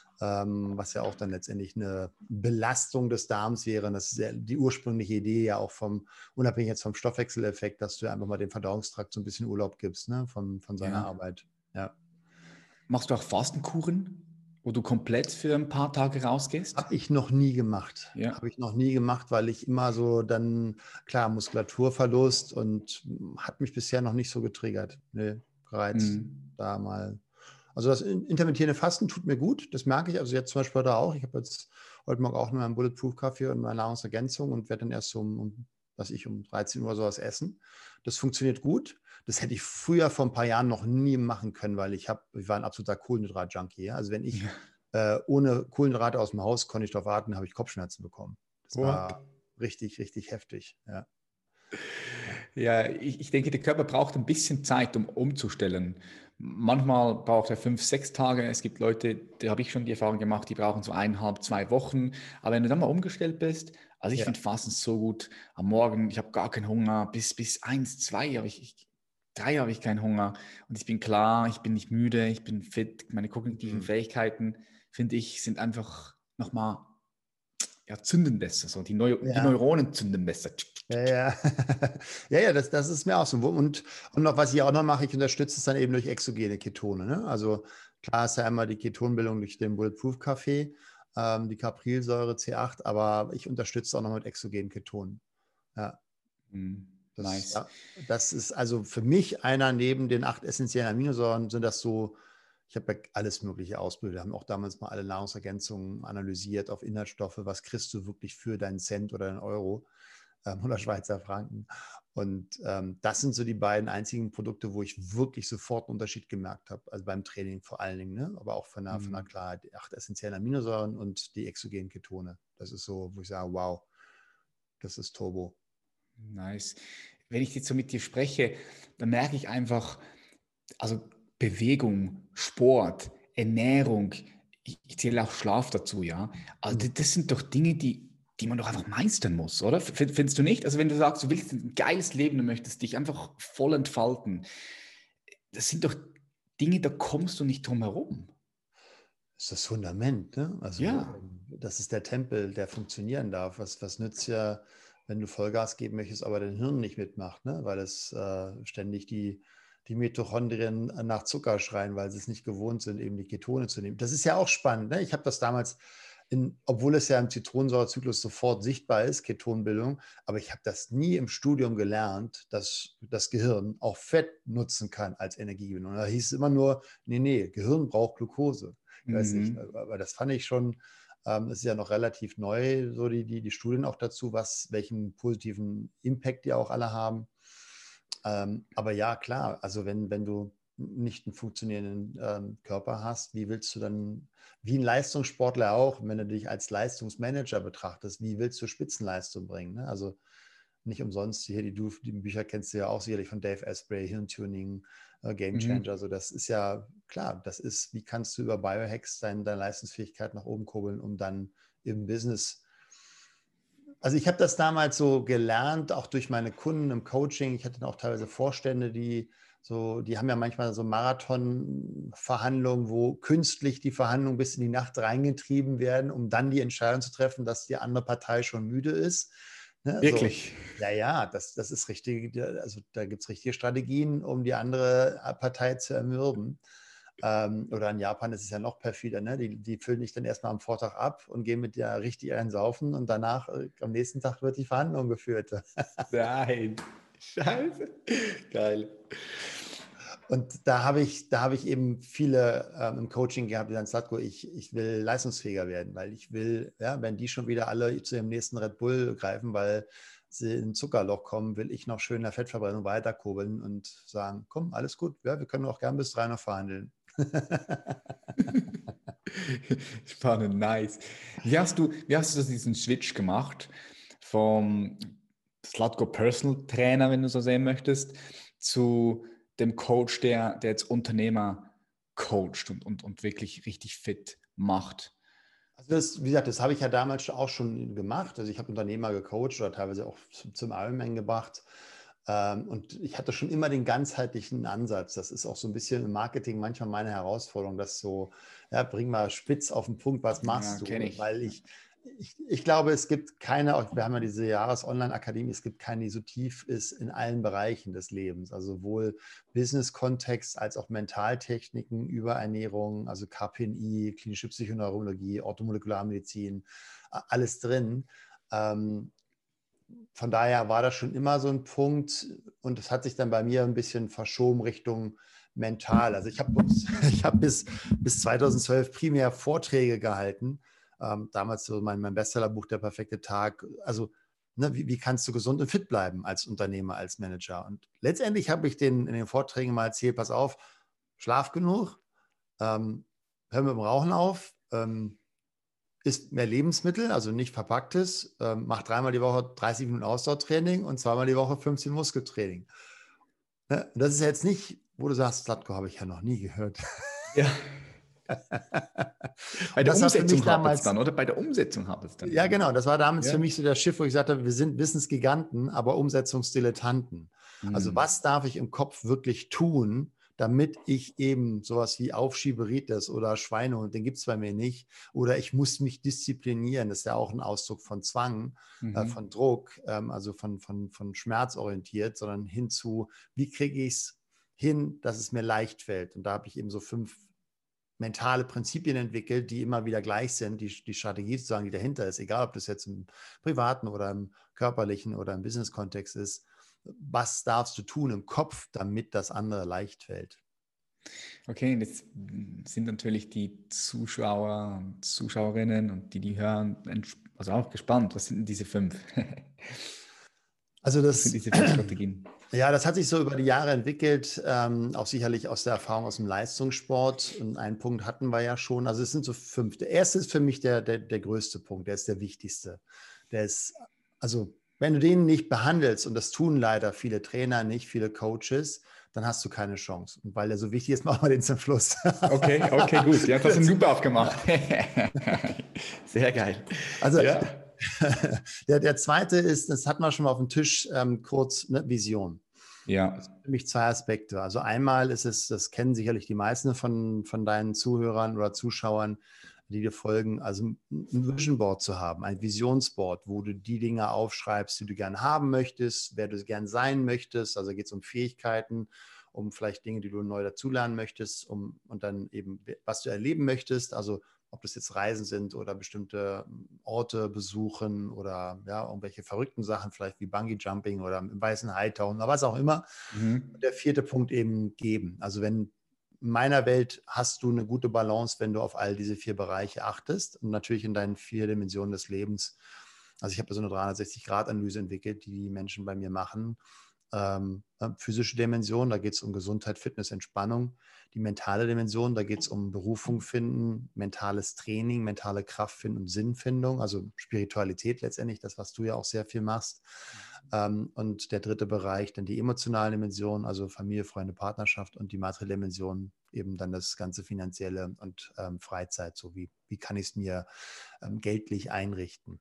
ähm, was ja auch dann letztendlich eine Belastung des Darms wäre. Und das ist ja die ursprüngliche Idee ja auch vom, unabhängig jetzt vom Stoffwechseleffekt, dass du einfach mal dem Verdauungstrakt so ein bisschen Urlaub gibst, ne? von, von seiner ja. Arbeit. Ja. Machst du auch Fastenkuren, wo du komplett für ein paar Tage rausgehst? Habe ich noch nie gemacht. Ja. Habe ich noch nie gemacht, weil ich immer so dann, klar, Muskulaturverlust und hat mich bisher noch nicht so getriggert. Nee, gereizt, Mhm. da mal. Also das intermittierende Fasten tut mir gut, das merke ich. Also jetzt zum Beispiel da auch. Ich habe jetzt heute Morgen auch nur einen Bulletproof-Kaffee und meine Nahrungsergänzung und werde dann erst so um, um, was ich, um dreizehn Uhr sowas essen. Das funktioniert gut. Das hätte ich früher vor ein paar Jahren noch nie machen können, weil ich habe, ich war ein absoluter Kohlenhydrat-Junkie. Ja? Also wenn ich Ja. äh, ohne Kohlenhydrate aus dem Haus konnte ich darauf warten, habe ich Kopfschmerzen bekommen. Das What? war richtig, richtig heftig. Ja. Ja, ich, ich denke, der Körper braucht ein bisschen Zeit, um umzustellen. Manchmal braucht er fünf, sechs Tage. Es gibt Leute, da habe ich schon die Erfahrung gemacht, die brauchen so eineinhalb, zwei Wochen. Aber wenn du dann mal umgestellt bist, also ich Ja. finde Fasten so gut. Am Morgen, ich habe gar keinen Hunger. Bis, bis eins, zwei habe ich, ich, drei habe ich keinen Hunger. Und ich bin klar, ich bin nicht müde, ich bin fit. Meine kognitiven Mhm. Fähigkeiten, finde ich, sind einfach nochmal, ja, zünden besser. So, die, Neu die Ja. Neuronen zünden besser. Ja, ja, ja, ja, das, das ist mir auch so. Und, und noch, was ich auch noch mache, ich unterstütze es dann eben durch exogene Ketone. Ne? Also klar ist ja einmal die Ketonbildung durch den Bulletproof-Kaffee, ähm, die Caprilsäure C acht, aber ich unterstütze auch noch mit exogenen Ketonen. Ja, Mm, das, nice. ja, das ist also für mich einer neben den acht essentiellen Aminosäuren sind das so, ich habe ja alles Mögliche ausprobiert. Wir haben auch damals mal alle Nahrungsergänzungen analysiert auf Inhaltsstoffe. Was kriegst du wirklich für deinen Cent oder deinen Euro? ähm, oder Schweizer Franken. Und ähm, das sind so die beiden einzigen Produkte, wo ich wirklich sofort einen Unterschied gemerkt habe. Also beim Training vor allen Dingen, ne? Aber auch von der, von der Mm, Klarheit, die acht essentiellen Aminosäuren und die exogenen Ketone. Das ist so, wo ich sage, wow, das ist Turbo. nice. Wenn ich jetzt so mit dir spreche, dann merke ich einfach, also Bewegung, Sport, Ernährung, ich, ich zähle auch Schlaf dazu, ja. Also Mhm. das, das sind doch Dinge, die, die man doch einfach meistern muss, oder? F- Findest du nicht? Also wenn du sagst, du willst ein geiles Leben, du möchtest dich einfach voll entfalten, das sind doch Dinge, da kommst du nicht drum herum. Das ist das Fundament, ne? Also Ja, ähm, das ist der Tempel, der funktionieren darf. Was, was nützt ja, wenn du Vollgas geben möchtest, aber dein Hirn nicht mitmacht, ne? Weil es äh, ständig die, die Mitochondrien nach Zucker schreien, weil sie es nicht gewohnt sind, eben die Ketone zu nehmen. Das ist ja auch spannend, ne? Ich habe das damals, in, obwohl es ja im Zitronensäurezyklus sofort sichtbar ist, Ketonbildung, aber ich habe das nie im Studium gelernt, dass das Gehirn auch Fett nutzen kann als Energiegewinnung. Da hieß es immer nur, nee, nee, Gehirn braucht Glucose. Ich weiß nicht, mhm. aber das fand ich schon, ähm, es ist ja noch relativ neu, so die, die, die Studien auch dazu, was, welchen positiven Impact die auch alle haben. Ähm, aber ja, klar, also wenn, wenn du nicht einen funktionierenden ähm, Körper hast, wie willst du dann, wie ein Leistungssportler auch, wenn du dich als Leistungsmanager betrachtest, wie willst du Spitzenleistung bringen? Ne? Also nicht umsonst hier, die, du, die Bücher kennst du ja auch sicherlich von Dave Asprey, Hirntuning, äh, Game Mhm. Changer. Also das ist ja klar, das ist, wie kannst du über Biohacks dein, deine Leistungsfähigkeit nach oben kurbeln, um dann im Business. Also ich habe das damals so gelernt, auch durch meine Kunden im Coaching. Ich hatte dann auch teilweise Vorstände, die so, die haben ja manchmal so Marathonverhandlungen, wo künstlich die Verhandlungen bis in die Nacht reingetrieben werden, um dann die Entscheidung zu treffen, dass die andere Partei schon müde ist. Ne? So, Wirklich. ja, ja, das, das ist richtig. Also da gibt es richtige Strategien, um die andere Partei zu ermürben. Ähm, oder in Japan ist es ja noch perfider, ne? Die, die füllen dich dann erstmal am Vortag ab und gehen mit dir richtig einen saufen und danach, äh, am nächsten Tag wird die Verhandlung geführt. Nein. Scheiße. Geil. Und da habe ich, da habe ich eben viele ähm, im Coaching gehabt, die sagen, Zlatko, ich, ich will leistungsfähiger werden, weil ich will, ja, wenn die schon wieder alle zu ihrem nächsten Red Bull greifen, weil sie in ein Zuckerloch kommen, will ich noch schön in der Fettverbrennung weiterkurbeln und sagen, komm, alles gut, ja, wir können auch gern bis drei noch verhandeln. Spannend, nice. Wie hast du, wie hast du diesen Switch gemacht vom Slatko Personal Trainer, wenn du so sehen möchtest, zu dem Coach, der, der jetzt Unternehmer coacht und, und, und wirklich richtig fit macht? Also das, wie gesagt, das habe ich ja damals auch schon gemacht. Also ich habe Unternehmer gecoacht oder teilweise auch zum, zum Ironman gebracht. Ähm, und ich hatte schon immer den ganzheitlichen Ansatz. Das ist auch so ein bisschen im Marketing manchmal meine Herausforderung, dass so, ja, bring mal spitz auf den Punkt, was Ja, machst kenne du? ich. Weil ich, ich, ich glaube, es gibt keine, auch wir haben ja diese Jahres-Online-Akademie, es gibt keine, die so tief ist in allen Bereichen des Lebens. Also sowohl Business-Kontext als auch Mentaltechniken über Ernährung, also K P N I, klinische Psychoneurologie, Orthomolekularmedizin, alles drin. Ähm, von daher war das schon immer so ein Punkt und es hat sich dann bei mir ein bisschen verschoben Richtung mental. Also ich habe ich hab bis, bis zweitausendzwölf primär Vorträge gehalten. Ähm, damals so mein, mein Bestsellerbuch Der perfekte Tag. Also ne, wie, wie kannst du gesund und fit bleiben als Unternehmer, als Manager? Und letztendlich habe ich den, in den Vorträgen mal erzählt, pass auf, schlaf genug, ähm, hör mit dem Rauchen auf, ähm, isst mehr Lebensmittel, also nicht verpacktes, ähm, macht dreimal die Woche dreißig Minuten Ausdauertraining und zweimal die Woche fünfzehn Muskeltraining. Ne? Und das ist jetzt nicht, wo du sagst, Slatko habe ich ja noch nie gehört. Ja. Bei Und der das war für mich Umsetzung hapert es damals, dann, oder? Bei der Umsetzung hapert es dann ja irgendwie. genau, das war damals für Ja. mich so das Schiff, wo ich gesagt habe, wir sind Wissensgiganten, aber Umsetzungsdilettanten. Also Hm. was darf ich im Kopf wirklich tun, damit ich eben sowas wie Aufschieberitis oder Schweinehund, den gibt es bei mir nicht, oder ich muss mich disziplinieren, das ist ja auch ein Ausdruck von Zwang, äh, Mhm. von Druck, ähm, also von, von, von Schmerz orientiert, sondern hinzu, wie kriege ich es hin, dass es mir leicht fällt. Und da habe ich eben so fünf mentale Prinzipien entwickelt, die immer wieder gleich sind, die, die Strategie sozusagen, die dahinter ist, egal ob das jetzt im privaten oder im körperlichen oder im Business-Kontext ist, was darfst du tun im Kopf, damit das andere leicht fällt? Okay, und jetzt sind natürlich die Zuschauer und Zuschauerinnen und die, die hören, also auch gespannt. Was sind denn diese fünf? Also Was sind das, diese fünf Strategien? ja, das hat sich so über die Jahre entwickelt, ähm, auch sicherlich aus der Erfahrung aus dem Leistungssport. Und einen Punkt hatten wir ja schon. Also es sind so fünf. Der erste ist für mich der, der, der größte Punkt, der ist der wichtigste. Der ist, also wenn du den nicht behandelst, und das tun leider viele Trainer nicht, viele Coaches, dann hast du keine Chance. Und weil der so wichtig ist, machen wir den zum Schluss. Okay, okay, gut. Ja, das ist ein Loop aufgemacht. Sehr geil. Also Ja. Der, der zweite ist, das hat man schon mal auf dem Tisch, ähm, kurz, ne, Vision. Ja. Das sind für mich zwei Aspekte. Also einmal ist es, das kennen sicherlich die meisten von, von deinen Zuhörern oder Zuschauern, die dir folgen, also ein Vision Board zu haben, ein Visionsboard, wo du die Dinge aufschreibst, die du gern haben möchtest, wer du gern sein möchtest. Also geht es um Fähigkeiten, um vielleicht Dinge, die du neu dazulernen möchtest, um, und dann eben, was du erleben möchtest. Also ob das jetzt Reisen sind oder bestimmte Orte besuchen oder ja, irgendwelche verrückten Sachen, vielleicht wie Bungee-Jumping oder im weißen Hai tauchen oder was auch immer. Mhm. Der vierte Punkt eben geben. Also wenn in meiner Welt hast du eine gute Balance, wenn du auf all diese vier Bereiche achtest und natürlich in deinen vier Dimensionen des Lebens. Also ich habe da so eine dreihundertsechzig-Grad-Analyse entwickelt, die die Menschen bei mir machen. Ähm, physische Dimension, da geht es um Gesundheit, Fitness, Entspannung. Die mentale Dimension, da geht es um Berufung finden, mentales Training, mentale Kraft finden und Sinnfindung, also Spiritualität letztendlich, das, was du ja auch sehr viel machst. Ähm, und der dritte Bereich, dann die emotionale Dimension, also Familie, Freunde, Partnerschaft, und die materielle Dimension, eben dann das ganze Finanzielle und ähm, Freizeit, so wie, wie kann ich es mir ähm, geldlich einrichten.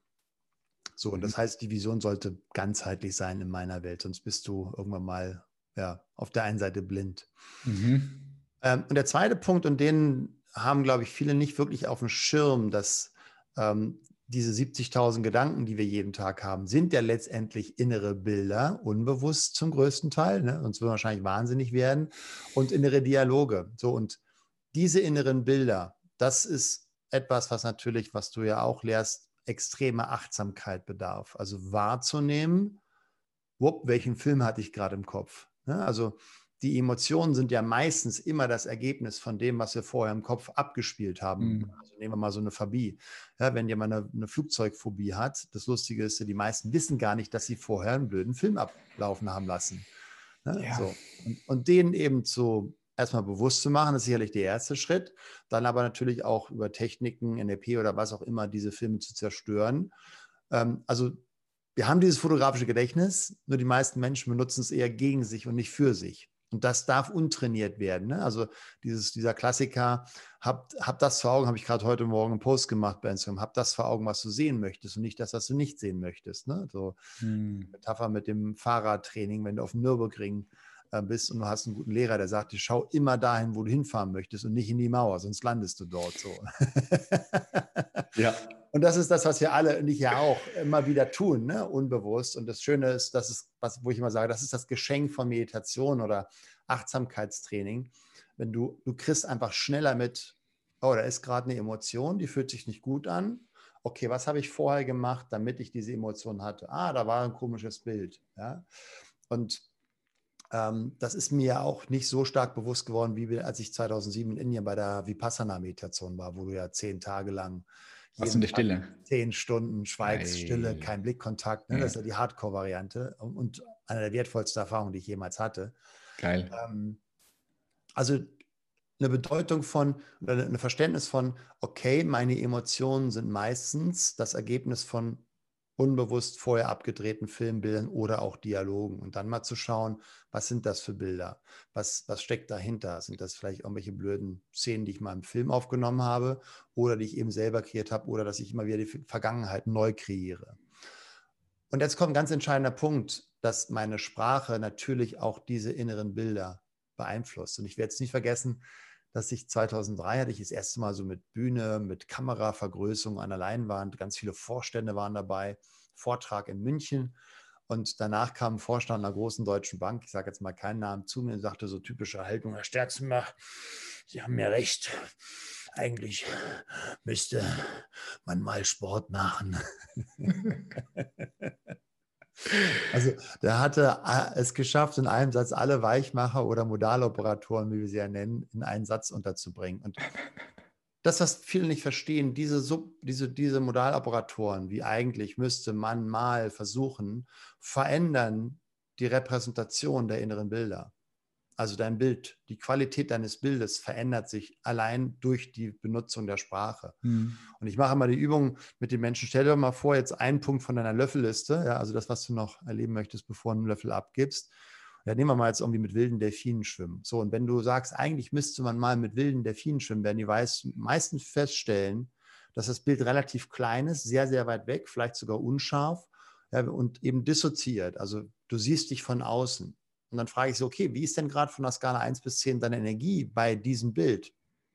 So, und das heißt, die Vision sollte ganzheitlich sein in meiner Welt, sonst bist du irgendwann mal ja, auf der einen Seite blind. Mhm. Ähm, und der zweite Punkt, und den haben, glaube ich, viele nicht wirklich auf dem Schirm, dass ähm, diese siebzigtausend Gedanken, die wir jeden Tag haben, sind ja letztendlich innere Bilder, unbewusst zum größten Teil, ne? Sonst würden wir wahrscheinlich wahnsinnig werden, und innere Dialoge. So, und diese inneren Bilder, das ist etwas, was natürlich, was du ja auch lehrst, extreme Achtsamkeit bedarf. Also wahrzunehmen, wupp, welchen Film hatte ich gerade im Kopf. Ne? Also die Emotionen sind ja meistens immer das Ergebnis von dem, was wir vorher im Kopf abgespielt haben. Mhm. Also nehmen wir mal so eine Phobie. Ja, wenn jemand eine, eine Flugzeugphobie hat, das Lustige ist, die meisten wissen gar nicht, dass sie vorher einen blöden Film ablaufen haben lassen. Ne? Ja. So. Und, und den eben zu erstmal bewusst zu machen, ist sicherlich der erste Schritt. Dann aber natürlich auch über Techniken, N L P oder was auch immer, diese Filme zu zerstören. Ähm, also wir haben dieses fotografische Gedächtnis, nur die meisten Menschen benutzen es eher gegen sich und nicht für sich. Und das darf untrainiert werden. Ne? Also dieses, dieser Klassiker, hab, hab das vor Augen, habe ich gerade heute Morgen einen Post gemacht bei Instagram, hab das vor Augen, was du sehen möchtest und nicht das, was du nicht sehen möchtest. Ne? So Mhm. Metapher mit dem Fahrradtraining, wenn du auf dem Nürburgring äh, bist und du hast einen guten Lehrer, der sagt dir, schau immer dahin, wo du hinfahren möchtest und nicht in die Mauer, sonst landest du dort so. Ja. Und das ist das, was wir alle und ich ja auch immer wieder tun, ne? Unbewusst. Und das Schöne ist, das ist, was, wo ich immer sage, das ist das Geschenk von Meditation oder Achtsamkeitstraining. Wenn du, du kriegst einfach schneller mit, oh, da ist gerade eine Emotion, die fühlt sich nicht gut an. Okay, was habe ich vorher gemacht, damit ich diese Emotion hatte? Ah, da war ein komisches Bild. Ja? Und ähm, das ist mir auch nicht so stark bewusst geworden, wie als ich zweitausendsieben in Indien bei der Vipassana-Meditation war, wo du ja zehn Tage lang Was in jeden der Tag Stille? zehn Stunden schweigst, Stille, Geil. kein Blickkontakt. Ne? Ja. Das ist ja die Hardcore-Variante und eine der wertvollsten Erfahrungen, die ich jemals hatte. Geil. Ähm, also eine Bedeutung von oder ein Verständnis von, okay, meine Emotionen sind meistens das Ergebnis von unbewusst vorher abgedrehten Filmbildern oder auch Dialogen. Und dann mal zu schauen, was sind das für Bilder? Was, was steckt dahinter? Sind das vielleicht irgendwelche blöden Szenen, die ich mal im Film aufgenommen habe oder die ich eben selber kreiert habe oder dass ich immer wieder die Vergangenheit neu kreiere? Und jetzt kommt ein ganz entscheidender Punkt, dass meine Sprache natürlich auch diese inneren Bilder beeinflusst. Und ich werde es nicht vergessen, dass ich zweitausenddrei hatte ich das erste Mal so mit Bühne, mit Kameravergrößerung an der Leinwand, ganz viele Vorstände waren dabei, Vortrag in München. Und danach kam ein Vorstand einer großen deutschen Bank, ich sage jetzt mal keinen Namen, zu mir und sagte so typische Haltung, Herr Sterzenbach, Sie haben mir recht. Eigentlich müsste man mal Sport machen. Also der hatte es geschafft, in einem Satz alle Weichmacher oder Modaloperatoren, wie wir sie ja nennen, in einen Satz unterzubringen. Und das, was viele nicht verstehen, diese, Sub, diese, diese Modaloperatoren, wie eigentlich müsste man mal versuchen, verändern die Repräsentation der inneren Bilder. Also dein Bild, die Qualität deines Bildes verändert sich allein durch die Benutzung der Sprache. Mhm. Und ich mache mal die Übung mit den Menschen. Stell dir mal vor, jetzt einen Punkt von deiner Löffelliste, ja, also das, was du noch erleben möchtest, bevor du einen Löffel abgibst. Ja, nehmen wir mal jetzt irgendwie mit wilden Delfinen schwimmen. So, und wenn du sagst, eigentlich müsste man mal mit wilden Delfinen schwimmen, werden die meisten feststellen, dass das Bild relativ klein ist, sehr, sehr weit weg, vielleicht sogar unscharf, ja, und eben dissoziiert. Also du siehst dich von außen. Und dann frage ich so, okay, wie ist denn gerade von der Skala eins bis zehn deine Energie bei diesem Bild?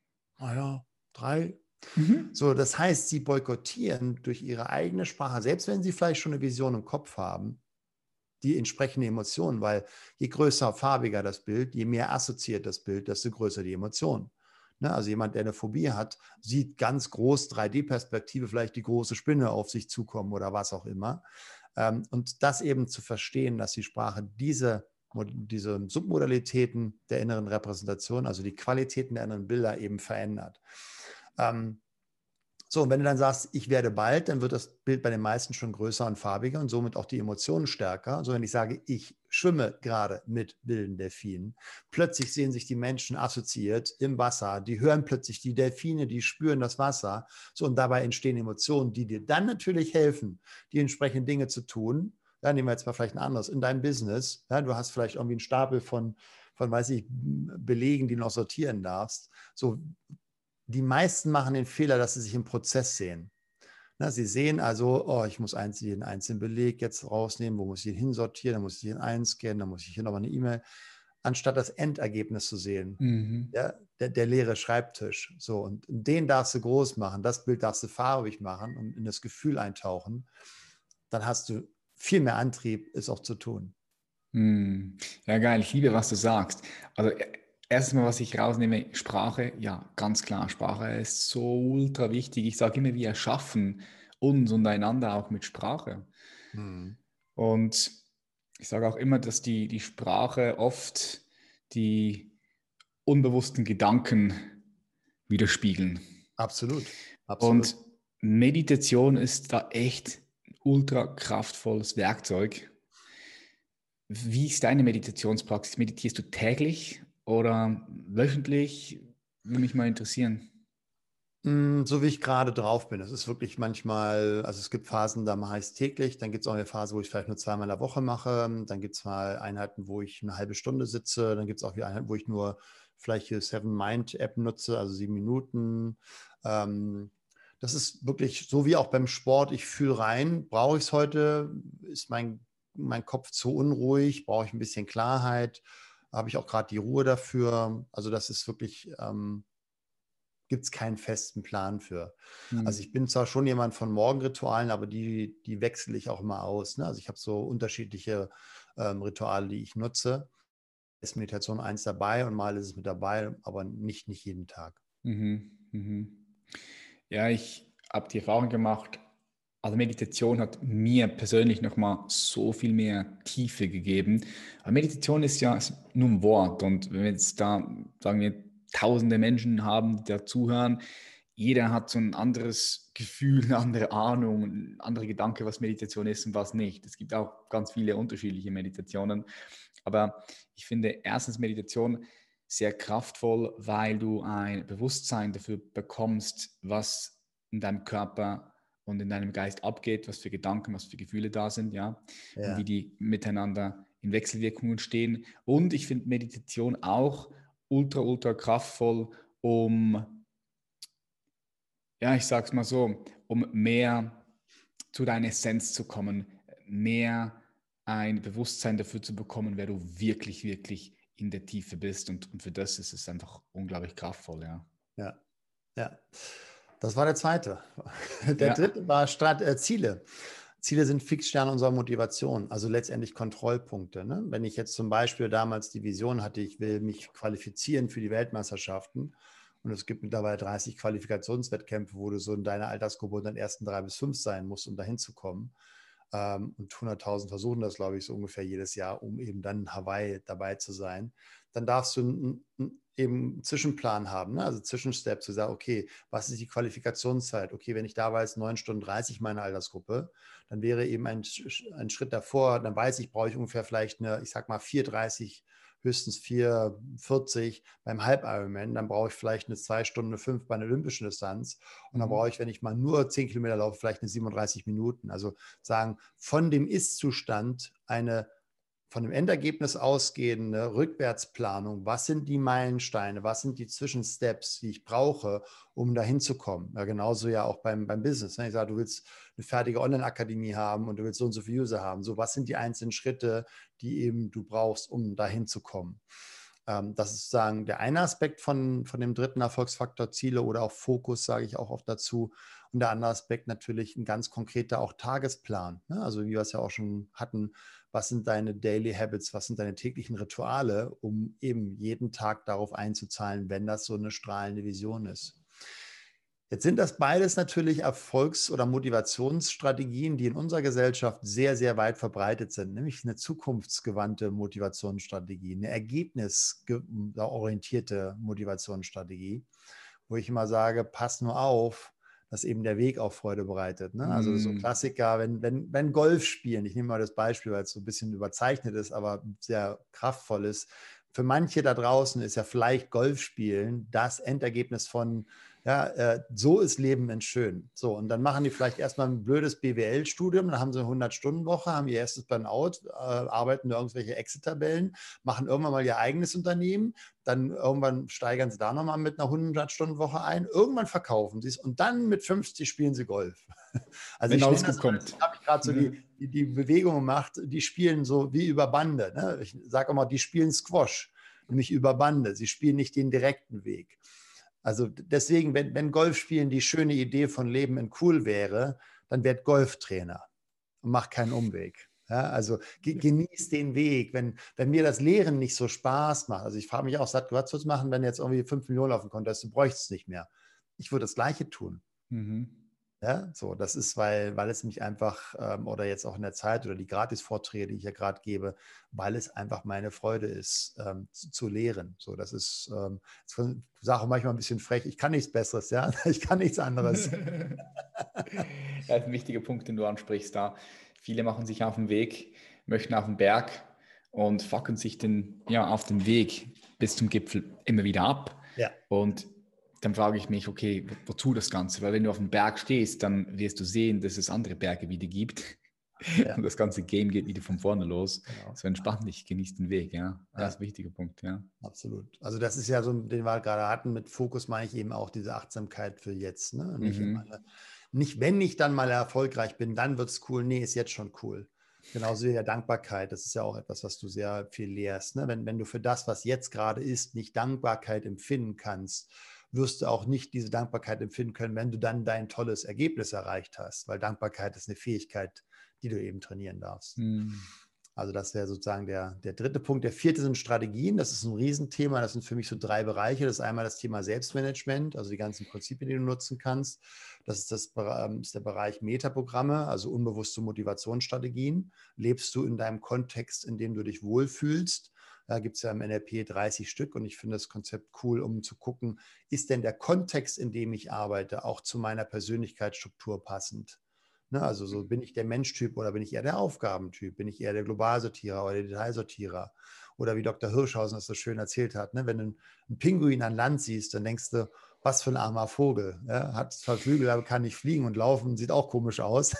Naja, drei. Mhm. So, das heißt, sie boykottieren durch ihre eigene Sprache, selbst wenn sie vielleicht schon eine Vision im Kopf haben, die entsprechende Emotionen, weil je größer, farbiger das Bild, je mehr assoziiert das Bild, desto größer die Emotion. Ne? Also jemand, der eine Phobie hat, sieht ganz groß, drei D-Perspektive, vielleicht die große Spinne auf sich zukommen oder was auch immer. Ähm, und das eben zu verstehen, dass die Sprache diese, diese Submodalitäten der inneren Repräsentation, also die Qualitäten der inneren Bilder eben verändert. Ähm, So, und wenn du dann sagst, ich werde bald, dann wird das Bild bei den meisten schon größer und farbiger und somit auch die Emotionen stärker. So, wenn ich sage, ich schwimme gerade mit wilden Delfinen, plötzlich sehen sich die Menschen assoziiert im Wasser, die hören plötzlich die Delfine, die spüren das Wasser. So, und dabei entstehen Emotionen, die dir dann natürlich helfen, die entsprechenden Dinge zu tun. Ja, nehmen wir jetzt mal vielleicht ein anderes, in deinem Business. Ja, du hast vielleicht irgendwie einen Stapel von, von, weiß ich, Belegen, die du noch sortieren darfst. So, die meisten machen den Fehler, dass sie sich im Prozess sehen. Na, sie sehen also, oh, ich muss jeden einzelnen Beleg jetzt rausnehmen, wo muss ich ihn hinsortieren, dann muss ich ihn einscannen, dann muss ich hier nochmal eine E-Mail, anstatt das Endergebnis zu sehen. Mhm. Ja, der, der leere Schreibtisch. So, und den darfst du groß machen, das Bild darfst du farbig machen und in das Gefühl eintauchen. Dann hast du viel mehr Antrieb, es auch zu tun. Hm. Ja, geil. Ich liebe, was du sagst. Also e- erstmal, was ich rausnehme, Sprache. Ja, ganz klar, Sprache ist so ultra wichtig. Ich sage immer, wir erschaffen uns und einander auch mit Sprache. Hm. Und ich sage auch immer, dass die, die Sprache oft die unbewussten Gedanken widerspiegeln. Absolut, absolut. Und Meditation ist da echt ein ultra kraftvolles Werkzeug. Wie ist deine Meditationspraxis? Meditierst du täglich oder wöchentlich? Würde mich mal interessieren. Mm, So wie ich gerade drauf bin. Es ist wirklich manchmal, also es gibt Phasen, da mache ich es täglich. Dann gibt es auch eine Phase, wo ich vielleicht nur zweimal in der Woche mache. Dann gibt es mal Einheiten, wo ich eine halbe Stunde sitze. Dann gibt es auch wieder Einheiten, wo ich nur vielleicht die Seven Mind App nutze, also sieben Minuten. Ähm, Das ist wirklich so wie auch beim Sport. Ich fühle rein, brauche ich es heute? Ist mein, mein Kopf zu unruhig? Brauche ich ein bisschen Klarheit? Habe ich auch gerade die Ruhe dafür? Also das ist wirklich... Ähm, gibt es keinen festen Plan für. Also ich Hm. bin zwar schon jemand von Morgenritualen, aber die, die wechsle ich auch immer aus. Ne? Also ich habe so unterschiedliche ähm, Rituale, die ich nutze. Ist Meditation eins dabei und mal ist es mit dabei, aber nicht, nicht jeden Tag. Mhm. Mhm. Ja, ich habe die Erfahrung gemacht, also Meditation hat mir persönlich nochmal so viel mehr Tiefe gegeben. Aber Meditation ist ja nur ein Wort und wenn wir jetzt da, sagen wir, tausende Menschen haben, die da zuhören, jeder hat so ein anderes Gefühl, eine andere Ahnung, ein anderer Gedanke, was Meditation ist und was nicht. Es gibt auch ganz viele unterschiedliche Meditationen. Aber ich finde erstens Meditation sehr kraftvoll, weil du ein Bewusstsein dafür bekommst, was in deinem Körper und in deinem Geist abgeht, was für Gedanken, was für Gefühle da sind, ja, und wie Ja, die miteinander in Wechselwirkungen stehen. Und ich finde Meditation auch ultra, ultra kraftvoll, um, ja, ich sag's mal so, um mehr zu deiner Essenz zu kommen, mehr ein Bewusstsein dafür zu bekommen, wer du wirklich, wirklich in der Tiefe bist. Und, und für das ist es einfach unglaublich kraftvoll, ja. ja, ja. Das war der zweite. Der Ja. dritte war Strat äh, Ziele. Ziele sind Fixsterne unserer Motivation, also letztendlich Kontrollpunkte. Ne? Wenn ich jetzt zum Beispiel damals die Vision hatte, ich will mich qualifizieren für die Weltmeisterschaften und es gibt mittlerweile dreißig Qualifikationswettkämpfe, wo du so in deiner Altersgruppe unter den ersten drei bis fünf sein musst, um dahin zu kommen. Ähm, und hunderttausend versuchen das, glaube ich, so ungefähr jedes Jahr, um eben dann in Hawaii dabei zu sein. Dann darfst du n- n- eben einen Zwischenplan haben, ne? Also Zwischenstep zu sagen, okay, was ist die Qualifikationszeit? Okay, wenn ich da weiß, neun Stunden dreißig meine Altersgruppe, dann wäre eben ein, ein Schritt davor, dann weiß ich, brauche ich ungefähr vielleicht eine, ich sag mal, vier dreißig, höchstens vier vierzig beim Halb-Ironman, dann brauche ich vielleicht eine zwei Stunden fünf bei einer olympischen Distanz und dann Mhm. brauche ich, wenn ich mal nur zehn Kilometer laufe, vielleicht eine siebenunddreißig Minuten. Also sagen, von dem Ist-Zustand eine von dem Endergebnis ausgehende Rückwärtsplanung, was sind die Meilensteine, was sind die Zwischensteps, die ich brauche, um dahin zu kommen. Ja, genauso ja auch beim, beim Business. Ne? Ich sage, du willst eine fertige Online-Akademie haben und du willst so und so viele User haben. So, was sind die einzelnen Schritte, die eben du brauchst, um dahin zu kommen? Ähm, das ist sozusagen der eine Aspekt von, von dem dritten Erfolgsfaktor Ziele oder auch Fokus, sage ich auch oft dazu. Und der andere Aspekt natürlich ein ganz konkreter auch Tagesplan. Ne? Also wie wir es ja auch schon hatten, was sind deine Daily Habits, was sind deine täglichen Rituale, um eben jeden Tag darauf einzuzahlen, wenn das so eine strahlende Vision ist. Jetzt sind das beides natürlich Erfolgs- oder Motivationsstrategien, die in unserer Gesellschaft sehr, sehr weit verbreitet sind, nämlich eine zukunftsgewandte Motivationsstrategie, eine ergebnisorientierte Motivationsstrategie, wo ich immer sage, pass nur auf, dass eben der Weg auch Freude bereitet. Ne? Also so Mm. Klassiker, wenn, wenn, wenn Golf spielen, ich nehme mal das Beispiel, weil es so ein bisschen überzeichnet ist, aber sehr kraftvoll ist. Für manche da draußen ist ja vielleicht Golf spielen das Endergebnis von, ja, äh, so ist Leben in schön. So, und dann machen die vielleicht erstmal ein blödes B W L-Studium, dann haben sie eine hundert-Stunden-Woche, haben ihr erstes Burnout, äh, arbeiten irgendwelche Exit-Tabellen, machen irgendwann mal ihr eigenes Unternehmen, dann irgendwann steigern sie da nochmal mit einer hundert-Stunden-Woche ein, irgendwann verkaufen sie es und dann mit fünfzig spielen sie Golf. Also Wenn ich nenne alles gut das immer, kommt. habe ich gerade so Ja. die, die, die Bewegung gemacht, die spielen so wie über Bande. Ne? Ich sage immer, die spielen Squash, nämlich über Bande. Sie spielen nicht den direkten Weg. Also deswegen, wenn, wenn Golfspielen die schöne Idee von Leben in cool wäre, dann werd Golftrainer und mach keinen Umweg. Ja, also ge genieß den Weg. Wenn, wenn mir das Lehren nicht so Spaß macht, also ich frage mich auch, was würdest du machen, wenn jetzt irgendwie fünf Millionen auf dem Konto ist, du bräuchst es nicht mehr. Ich würde das Gleiche tun. Mhm. Ja, so, das ist, weil, weil es mich einfach, ähm, oder jetzt auch in der Zeit oder die Gratis-Vorträge, die ich ja gerade gebe, weil es einfach meine Freude ist, ähm, zu, zu lehren. So, das ist, ähm, ich sage auch manchmal ein bisschen frech, ich kann nichts Besseres, ja, ich kann nichts anderes. Ja, ein wichtiger Punkt, den du ansprichst da. Viele machen sich auf den Weg, möchten auf den Berg und fucken sich den, ja, auf dem Weg bis zum Gipfel immer wieder ab. Ja. Und dann frage ich mich, okay, wo, wozu das Ganze? Weil wenn du auf dem Berg stehst, dann wirst du sehen, dass es andere Berge wieder gibt. Ja. Und das ganze Game geht wieder von vorne los. Genau. So entspann dich, genieß den Weg, ja. Das Ja. ist ein wichtiger Punkt, ja. Absolut. Also das ist ja so, den wir gerade hatten, mit Fokus meine ich eben auch diese Achtsamkeit für jetzt. Ne? Nicht, immer, Mhm. nicht, wenn ich dann mal erfolgreich bin, dann wird es cool. Nee, ist jetzt schon cool. Genauso wie der Dankbarkeit. Das ist ja auch etwas, was du sehr viel lehrst. Ne? Wenn, wenn du für das, was jetzt gerade ist, nicht Dankbarkeit empfinden kannst, wirst du auch nicht diese Dankbarkeit empfinden können, wenn du dann dein tolles Ergebnis erreicht hast. Weil Dankbarkeit ist eine Fähigkeit, die du eben trainieren darfst. Mhm. Also das wäre sozusagen der, der dritte Punkt. Der vierte sind Strategien. Das ist ein Riesenthema. Das sind für mich so drei Bereiche. Das ist einmal das Thema Selbstmanagement, also die ganzen Prinzipien, die du nutzen kannst. Das ist, das, ist der Bereich Metaprogramme, also unbewusste Motivationsstrategien. Lebst du in deinem Kontext, in dem du dich wohlfühlst? Da gibt es ja im N L P dreißig Stück und ich finde das Konzept cool, um zu gucken, ist denn der Kontext, in dem ich arbeite, auch zu meiner Persönlichkeitsstruktur passend? Ne, also so, bin ich der Menschtyp oder bin ich eher der Aufgabentyp? Bin ich eher der Globalsortierer oder der Detailsortierer? Oder wie Doktor Hirschhausen das so schön erzählt hat, ne? Wenn du einen Pinguin an Land siehst, dann denkst du, was für ein armer Vogel. Ja? Hat zwar Flügel, aber kann nicht fliegen und laufen, sieht auch komisch aus.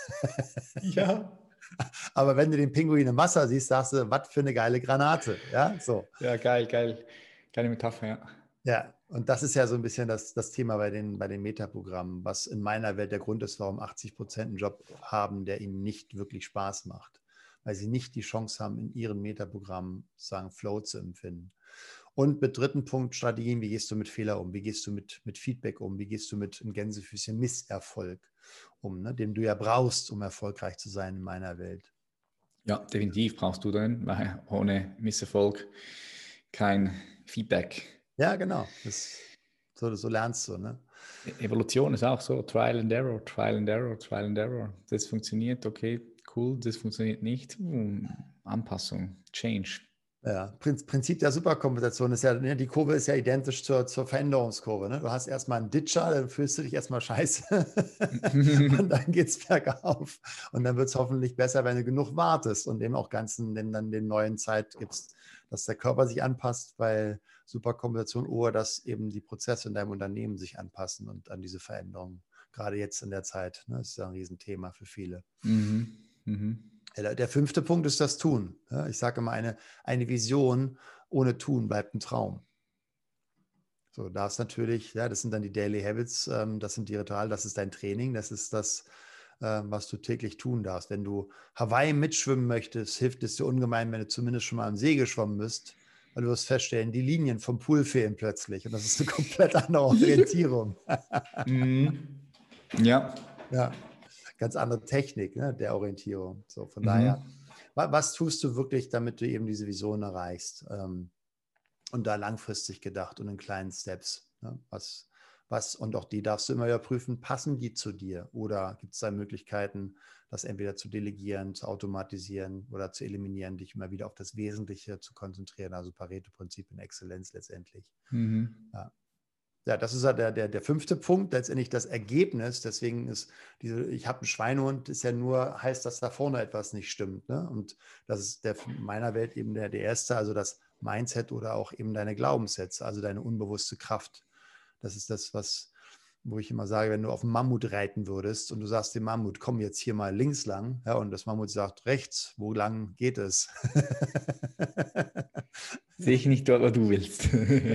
Ja. Aber wenn du den Pinguin im Wasser siehst, sagst du, was für eine geile Granate. Ja, so. Ja, geil, geil. Geile Metapher, ja. Ja, und das ist ja so ein bisschen das, das Thema bei den, bei den Metaprogrammen, was in meiner Welt der Grund ist, warum achtzig Prozent einen Job haben, der ihnen nicht wirklich Spaß macht, weil sie nicht die Chance haben, in ihren Metaprogrammen sozusagen Flow zu empfinden. Und mit dritten Punkt Strategien, wie gehst du mit Fehler um, wie gehst du mit, mit Feedback um, wie gehst du mit in Gänsefüßchen Misserfolg um, ne, den du ja brauchst, um erfolgreich zu sein in meiner Welt. Ja, definitiv brauchst du den, weil ohne Misserfolg kein Feedback. Ja, genau. Das, so, so lernst du, ne? Evolution ist auch so, Trial and Error, Trial and Error, Trial and Error. Das funktioniert, okay, cool, das funktioniert nicht. Hm, Anpassung, Change. Ja, Prinzip der Superkompensation ist ja, ne, die Kurve ist ja identisch zur, zur Veränderungskurve. Ne? Du hast erstmal einen Ditcher, dann fühlst du dich erstmal scheiße und dann geht es bergauf. Und dann wird es hoffentlich besser, wenn du genug wartest und dem auch ganzen, dem dann den neuen Zeit gibst, dass der Körper sich anpasst, weil Superkompensation oder dass eben die Prozesse in deinem Unternehmen sich anpassen und an diese Veränderungen. Gerade jetzt in der Zeit. Ne? Das ist ja ein Riesenthema für viele. Mhm. Mhm. Der fünfte Punkt ist das Tun. Ich sage immer, eine, eine Vision ohne Tun bleibt ein Traum. So, da ist natürlich, ja, das sind dann die Daily Habits, das sind die Rituale, das ist dein Training, das ist das, was du täglich tun darfst. Wenn du Hawaii mitschwimmen möchtest, hilft es dir ungemein, wenn du zumindest schon mal am See geschwommen bist, weil du wirst feststellen, die Linien vom Pool fehlen plötzlich und das ist eine komplett andere Orientierung. Mhm. Ja. Ja, ganz andere Technik, ne, der Orientierung. So, von Mhm. daher, was, was tust du wirklich, damit du eben diese Vision erreichst? Ähm, und da langfristig gedacht und in kleinen Steps. Ne? Was, was, und auch die darfst du immer wieder prüfen, passen die zu dir? Oder gibt es da Möglichkeiten, das entweder zu delegieren, zu automatisieren oder zu eliminieren, dich immer wieder auf das Wesentliche zu konzentrieren, also Pareto-Prinzip in Exzellenz letztendlich. Mhm. Ja. Ja, das ist ja der, der, der fünfte Punkt, letztendlich das Ergebnis. Deswegen ist diese, ich habe einen Schweinehund, ist ja nur, heißt, dass da vorne etwas nicht stimmt. Ne? Und das ist der in meiner Welt eben der, der erste, also das Mindset oder auch eben deine Glaubenssätze, also deine unbewusste Kraft. Das ist das, was, wo ich immer sage, wenn du auf einen Mammut reiten würdest und du sagst dem Mammut, komm jetzt hier mal links lang, ja, und das Mammut sagt rechts, wo lang geht es? Sehe ich nicht dort, wo du willst.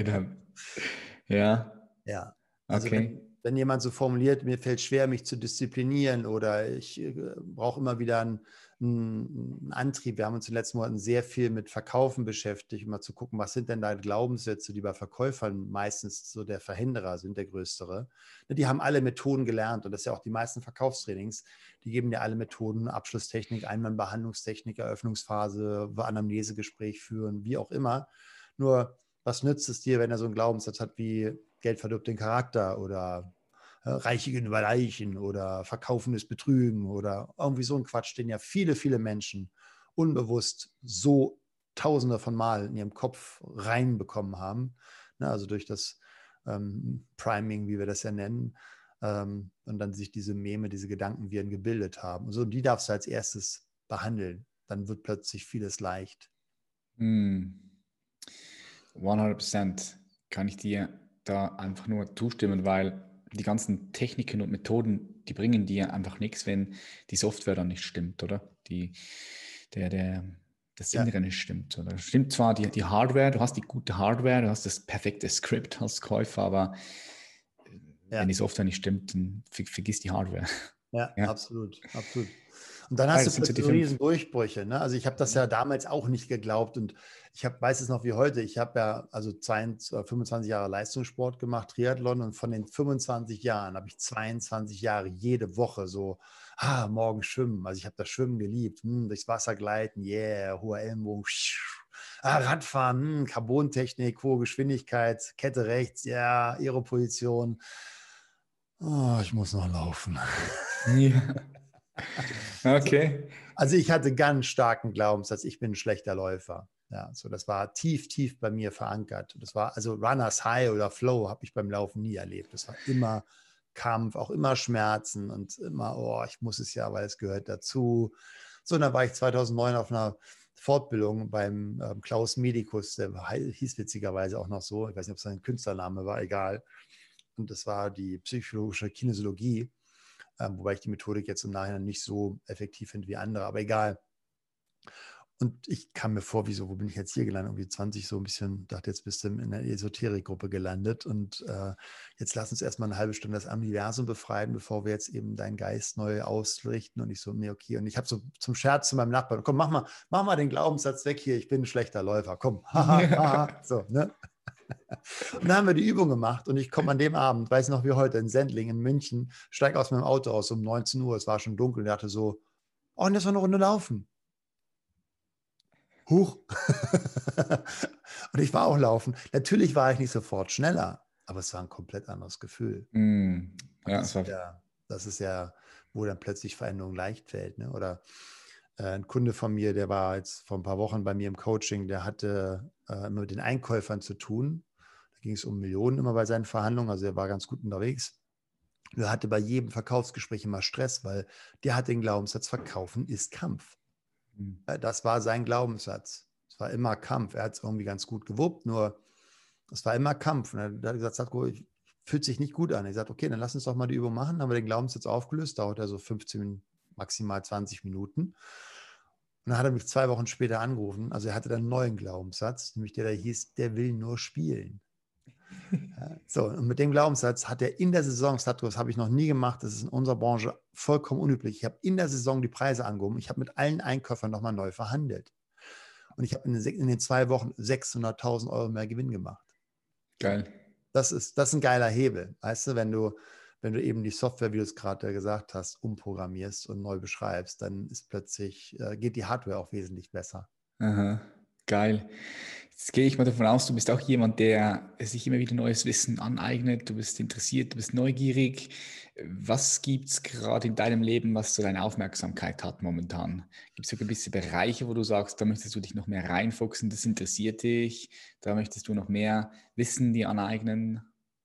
Ja. Ja, also Okay. wenn, wenn jemand so formuliert, mir fällt schwer, mich zu disziplinieren oder ich äh, brauche immer wieder einen, einen Antrieb. Wir haben uns in den letzten Monaten sehr viel mit Verkaufen beschäftigt, um mal zu gucken, was sind denn da Glaubenssätze, die bei Verkäufern meistens so der Verhinderer sind, der größere. Die haben alle Methoden gelernt und das ist ja auch die meisten Verkaufstrainings, die geben dir alle Methoden, Abschlusstechnik, Einwandbehandlungstechnik, Eröffnungsphase, Anamnesegespräch führen, wie auch immer. Nur was nützt es dir, wenn er so einen Glaubenssatz hat wie Geld verdirbt den Charakter oder äh, Reichigen überreichen oder verkaufendes Betrügen oder irgendwie so ein Quatsch, den ja viele, viele Menschen unbewusst so tausende von Mal in ihrem Kopf reinbekommen haben. Ne, also durch das ähm, Priming, wie wir das ja nennen. Ähm, und dann sich diese Meme, diese Gedankenviren gebildet haben. Und so, die darfst du als erstes behandeln. Dann wird plötzlich vieles leicht. Hm. hundert Prozent kann ich dir da einfach nur zustimmen, weil die ganzen Techniken und Methoden, die bringen dir einfach nichts, wenn die Software dann nicht stimmt, oder? Die, der, der, das Ja. Innere nicht stimmt. Oder? Stimmt zwar die, die Hardware, du hast die gute Hardware, du hast das perfekte Skript als Käufer, aber Ja. wenn die Software nicht stimmt, dann ver vergiss die Hardware. Ja, Ja. absolut, absolut. Und dann hast Also, du das sind so die plötzlich so fünf. riesen Durchbrüche. Ne? Also ich habe das ja damals auch nicht geglaubt und ich hab, weiß es noch wie heute. Ich habe ja also zweiundzwanzig, fünfundzwanzig Jahre Leistungssport gemacht, Triathlon und von den fünfundzwanzig Jahren habe ich zweiundzwanzig Jahre jede Woche so, ah, morgen schwimmen. Also ich habe das Schwimmen geliebt, hm, durchs Wasser gleiten, yeah, hoher Ellenbogen, ah, Radfahren, hm, Carbontechnik, hohe Geschwindigkeit, Kette rechts, ja, Aeroposition. Oh, ich muss noch laufen. Ja. Okay. Also ich hatte ganz starken Glaubenssatz, ich bin ein schlechter Läufer. Ja, so das war tief, tief bei mir verankert. Das war also Runners High oder Flow habe ich beim Laufen nie erlebt. Das war immer Kampf, auch immer Schmerzen und immer, oh, ich muss es ja, weil es gehört dazu. So, und dann war ich zweitausendneun auf einer Fortbildung beim ähm, Klaus Medikus, der hieß witzigerweise auch noch so, ich weiß nicht, ob es sein Künstlername war, egal. Und das war die psychologische Kinesiologie. Ähm, wobei ich die Methodik jetzt im Nachhinein nicht so effektiv finde wie andere, aber egal. Und ich kam mir vor, wieso, wo bin ich jetzt hier gelandet? Irgendwie zwanzig, so ein bisschen, dachte, jetzt bist du in der Esoterikgruppe gelandet und äh, jetzt lass uns erstmal eine halbe Stunde das Universum befreien, bevor wir jetzt eben deinen Geist neu ausrichten. Und ich so, nee, okay. Und ich habe so zum Scherz zu meinem Nachbarn, komm, mach mal, mach mal den Glaubenssatz weg hier, ich bin ein schlechter Läufer, komm, haha, haha, so, ne? Und dann haben wir die Übung gemacht und ich komme an dem Abend, weiß noch wie heute, in Sendling in München, steige aus meinem Auto aus um neunzehn Uhr, es war schon dunkel und dachte so, oh, und jetzt noch eine Runde laufen. Huch. Und ich war auch laufen. Natürlich war ich nicht sofort schneller, aber es war ein komplett anderes Gefühl. Mm, Und ja, das das ist war. ja, das ist ja, wo dann plötzlich Veränderung leicht fällt. Ne? Oder äh, ein Kunde von mir, der war jetzt vor ein paar Wochen bei mir im Coaching, der hatte äh, immer mit den Einkäufern zu tun. Da ging es um Millionen immer bei seinen Verhandlungen, also er war ganz gut unterwegs. Er hatte bei jedem Verkaufsgespräch immer Stress, weil der hat den Glaubenssatz, Verkaufen ist Kampf. Mm. Das war sein Glaubenssatz. Es war immer Kampf. Er hat es irgendwie ganz gut gewuppt, nur es war immer Kampf. Und er hat gesagt, Sadhguru, fühlt sich nicht gut an. Ich sagte, okay, dann lass uns doch mal die Übung machen. Dann haben wir den Glaubenssatz aufgelöst, dauert ja so fünfzehn, maximal zwanzig Minuten. Und dann hat er mich zwei Wochen später angerufen. Also er hatte dann einen neuen Glaubenssatz, nämlich der da hieß, der will nur spielen. Ja, so, und mit dem Glaubenssatz hat er in der Saison, das habe ich noch nie gemacht, das ist in unserer Branche vollkommen unüblich. Ich habe in der Saison die Preise angehoben. Ich habe mit allen Einkäufern nochmal neu verhandelt. Und ich habe in, in den zwei Wochen sechshunderttausend Euro mehr Gewinn gemacht. Geil. Das ist, das ist ein geiler Hebel, weißt du, wenn du, wenn du eben die Software, wie du es gerade gesagt hast, umprogrammierst und neu beschreibst, dann ist plötzlich, äh, geht die Hardware auch wesentlich besser. Aha, geil. Jetzt gehe ich mal davon aus, du bist auch jemand, der sich immer wieder neues Wissen aneignet. Du bist interessiert, du bist neugierig. Was gibt es gerade in deinem Leben, was so deine Aufmerksamkeit hat momentan? Gibt es so gewisse Bereiche, wo du sagst, da möchtest du dich noch mehr reinfuchsen, das interessiert dich, da möchtest du noch mehr Wissen dir aneignen?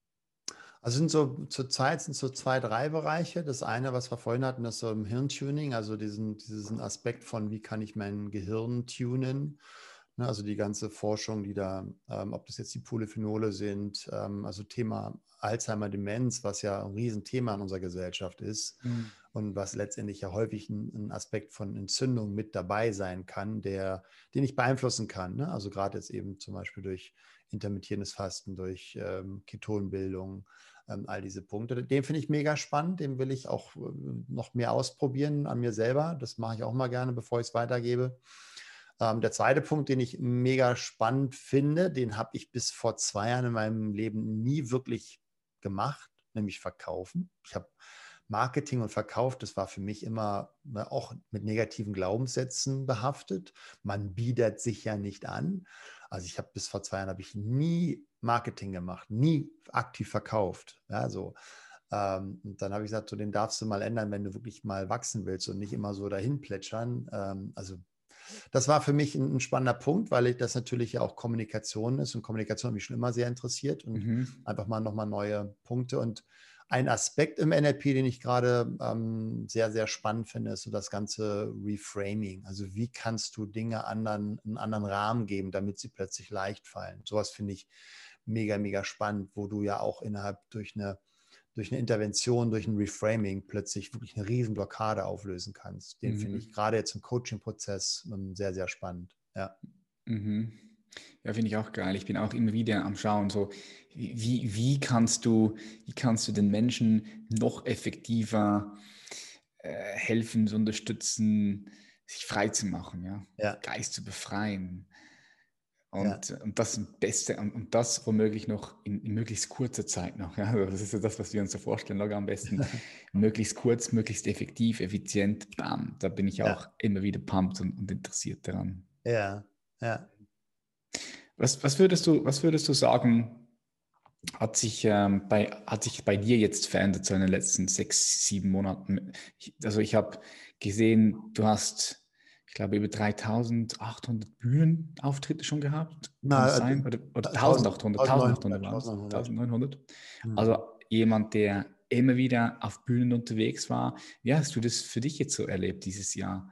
Also sind so zurzeit sind so zwei, drei Bereiche. Das eine, was wir vorhin hatten, ist so im Hirntuning, also diesen, diesen Aspekt von, wie kann ich mein Gehirn tunen. Ne, also die ganze Forschung, die da, ähm, ob das jetzt die Polyphenole sind, ähm, also Thema Alzheimer, Demenz, was ja ein Riesenthema in unserer Gesellschaft ist Mhm. und was letztendlich ja häufig ein, ein Aspekt von Entzündung mit dabei sein kann, der, den ich beeinflussen kann. Ne? Also gerade jetzt eben zum Beispiel durch intermittierendes Fasten, durch ähm, Ketonbildung, ähm, all diese Punkte. Den finde ich mega spannend, den will ich auch äh, noch mehr ausprobieren an mir selber. Das mache ich auch mal gerne, bevor ich es weitergebe. Ähm, der zweite Punkt, den ich mega spannend finde, den habe ich bis vor zwei Jahren in meinem Leben nie wirklich gemacht, nämlich verkaufen. Ich habe Marketing und Verkauf, das war für mich immer auch mit negativen Glaubenssätzen behaftet. Man bietet sich ja nicht an. Also ich habe bis vor zwei Jahren habe ich nie Marketing gemacht, nie aktiv verkauft. Ja, so. Ähm, und dann habe ich gesagt, so den darfst du mal ändern, wenn du wirklich mal wachsen willst und nicht immer so dahin plätschern. Ähm, also das war für mich ein, ein spannender Punkt, weil ich, das natürlich ja auch Kommunikation ist und Kommunikation hat mich schon immer sehr interessiert und Mhm. einfach mal nochmal neue Punkte. Und ein Aspekt im N L P, den ich gerade ähm, sehr, sehr spannend finde, ist so das ganze Reframing. Also wie kannst du Dinge anderen, einen anderen Rahmen geben, damit sie plötzlich leicht fallen. Sowas finde ich mega, mega spannend, wo du ja auch innerhalb durch eine durch eine Intervention, durch ein Reframing plötzlich wirklich eine riesen Blockade auflösen kannst. Den finde ich Mhm. gerade jetzt im Coaching-Prozess ähm, sehr, sehr spannend. Ja. Mhm. Ja, finde ich auch geil. Ich bin auch immer wieder am Schauen, so wie, wie kannst du, wie kannst du den Menschen noch effektiver äh, helfen, so unterstützen, sich frei zu machen, ja, Ja, Geist zu befreien. ja, Und, und das Beste, und, und das womöglich noch in, in möglichst kurzer Zeit noch. Ja? Also das ist ja das, was wir uns so vorstellen, Logger am besten. Möglichst kurz, möglichst effektiv, effizient, bam. Da bin ich ja, auch immer wieder pumped und, und interessiert daran. ja, ja. Was, Was, was, würdest du, was würdest du sagen, hat sich, ähm, bei, hat sich bei dir jetzt verändert so in den letzten sechs, sieben Monaten? Ich, also ich habe gesehen, du hast, ich glaube, über dreitausendachthundert Bühnenauftritte schon gehabt. Kann Na, das äh, sein? Oder, oder tausend, eintausendachthundert, eintausendachthundert neunzehnhundert, waren es? neunzehnhundert. eintausendneunhundert? Also Mhm. jemand, der immer wieder auf Bühnen unterwegs war. Wie hast du das für dich jetzt so erlebt dieses Jahr?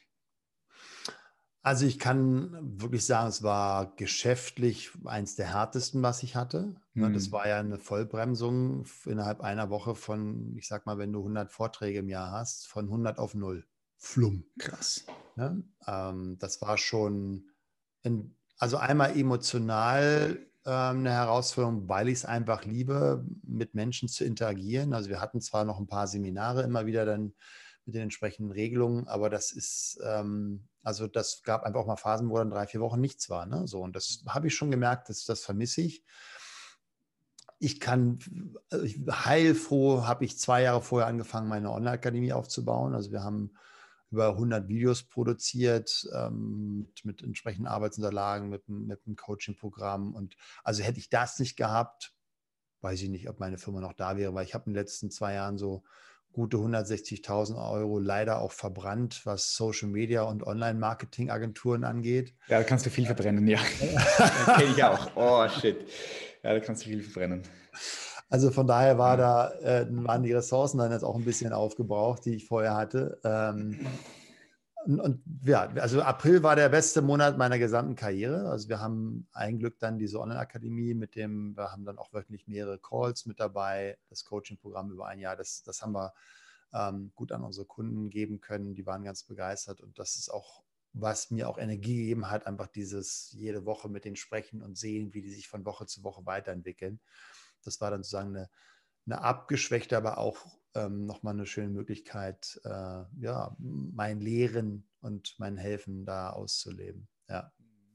Also ich kann wirklich sagen, es war geschäftlich eins der härtesten, was ich hatte. Ne, das Hm, war ja eine Vollbremsung innerhalb einer Woche von, ich sag mal, wenn du hundert Vorträge im Jahr hast, von hundert auf null. Flumm. krass. Ne? Ähm, das war schon, ein, also einmal emotional ähm, eine Herausforderung, weil ich es einfach liebe, mit Menschen zu interagieren. Also wir hatten zwar noch ein paar Seminare immer wieder dann mit den entsprechenden Regelungen, aber das ist, ähm, also das gab einfach auch mal Phasen, wo dann drei, vier Wochen nichts war. Ne? So, und das habe ich schon gemerkt, dass, das vermisse ich. Ich kann, also ich, heilfroh habe ich zwei Jahre vorher angefangen, meine Online-Akademie aufzubauen. Also wir haben über hundert Videos produziert ähm, mit, mit entsprechenden Arbeitsunterlagen, mit, mit einem Coaching-Programm. Und also hätte ich das nicht gehabt, weiß ich nicht, ob meine Firma noch da wäre, weil ich habe in den letzten zwei Jahren so gute hundertsechzigtausend Euro leider auch verbrannt, was Social Media und Online-Marketing-Agenturen angeht. Ja, da kannst du viel verbrennen, ja. Ja, kenne ich auch. Oh, shit. Ja, da kannst du viel verbrennen. Also von daher war Ja. da, äh, waren die Ressourcen dann jetzt auch ein bisschen aufgebraucht, die ich vorher hatte. Ähm, und, und ja, also April war der beste Monat meiner gesamten Karriere. Also wir haben ein Glück dann diese Online-Akademie mit dem, wir haben dann auch wirklich mehrere Calls mit dabei, das Coaching-Programm über ein Jahr, das, das haben wir ähm, gut an unsere Kunden geben können. Die waren ganz begeistert und das ist auch was mir auch Energie gegeben hat, einfach dieses jede Woche mit denen sprechen und sehen, wie die sich von Woche zu Woche weiterentwickeln. Das war dann sozusagen eine, eine abgeschwächte, aber auch ähm, nochmal eine schöne Möglichkeit, äh, ja, mein Lehren und mein Helfen da auszuleben. Ja.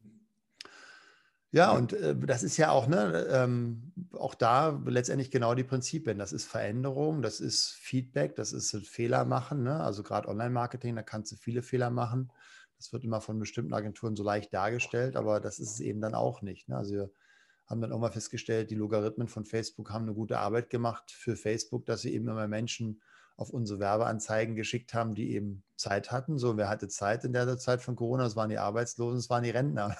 Ja, und äh, das ist ja auch, ne, ähm, auch da letztendlich genau die Prinzipien. Das ist Veränderung, das ist Feedback, das ist Fehler machen. Ne? Also gerade Online-Marketing, da kannst du viele Fehler machen. Das wird immer von bestimmten Agenturen so leicht dargestellt, aber das ist es eben dann auch nicht. Ne? Also wir haben dann auch mal festgestellt, die Logarithmen von Facebook haben eine gute Arbeit gemacht für Facebook, dass sie eben immer Menschen auf unsere Werbeanzeigen geschickt haben, die eben Zeit hatten. So, wer hatte Zeit in der Zeit von Corona? Das waren die Arbeitslosen, das waren die Rentner.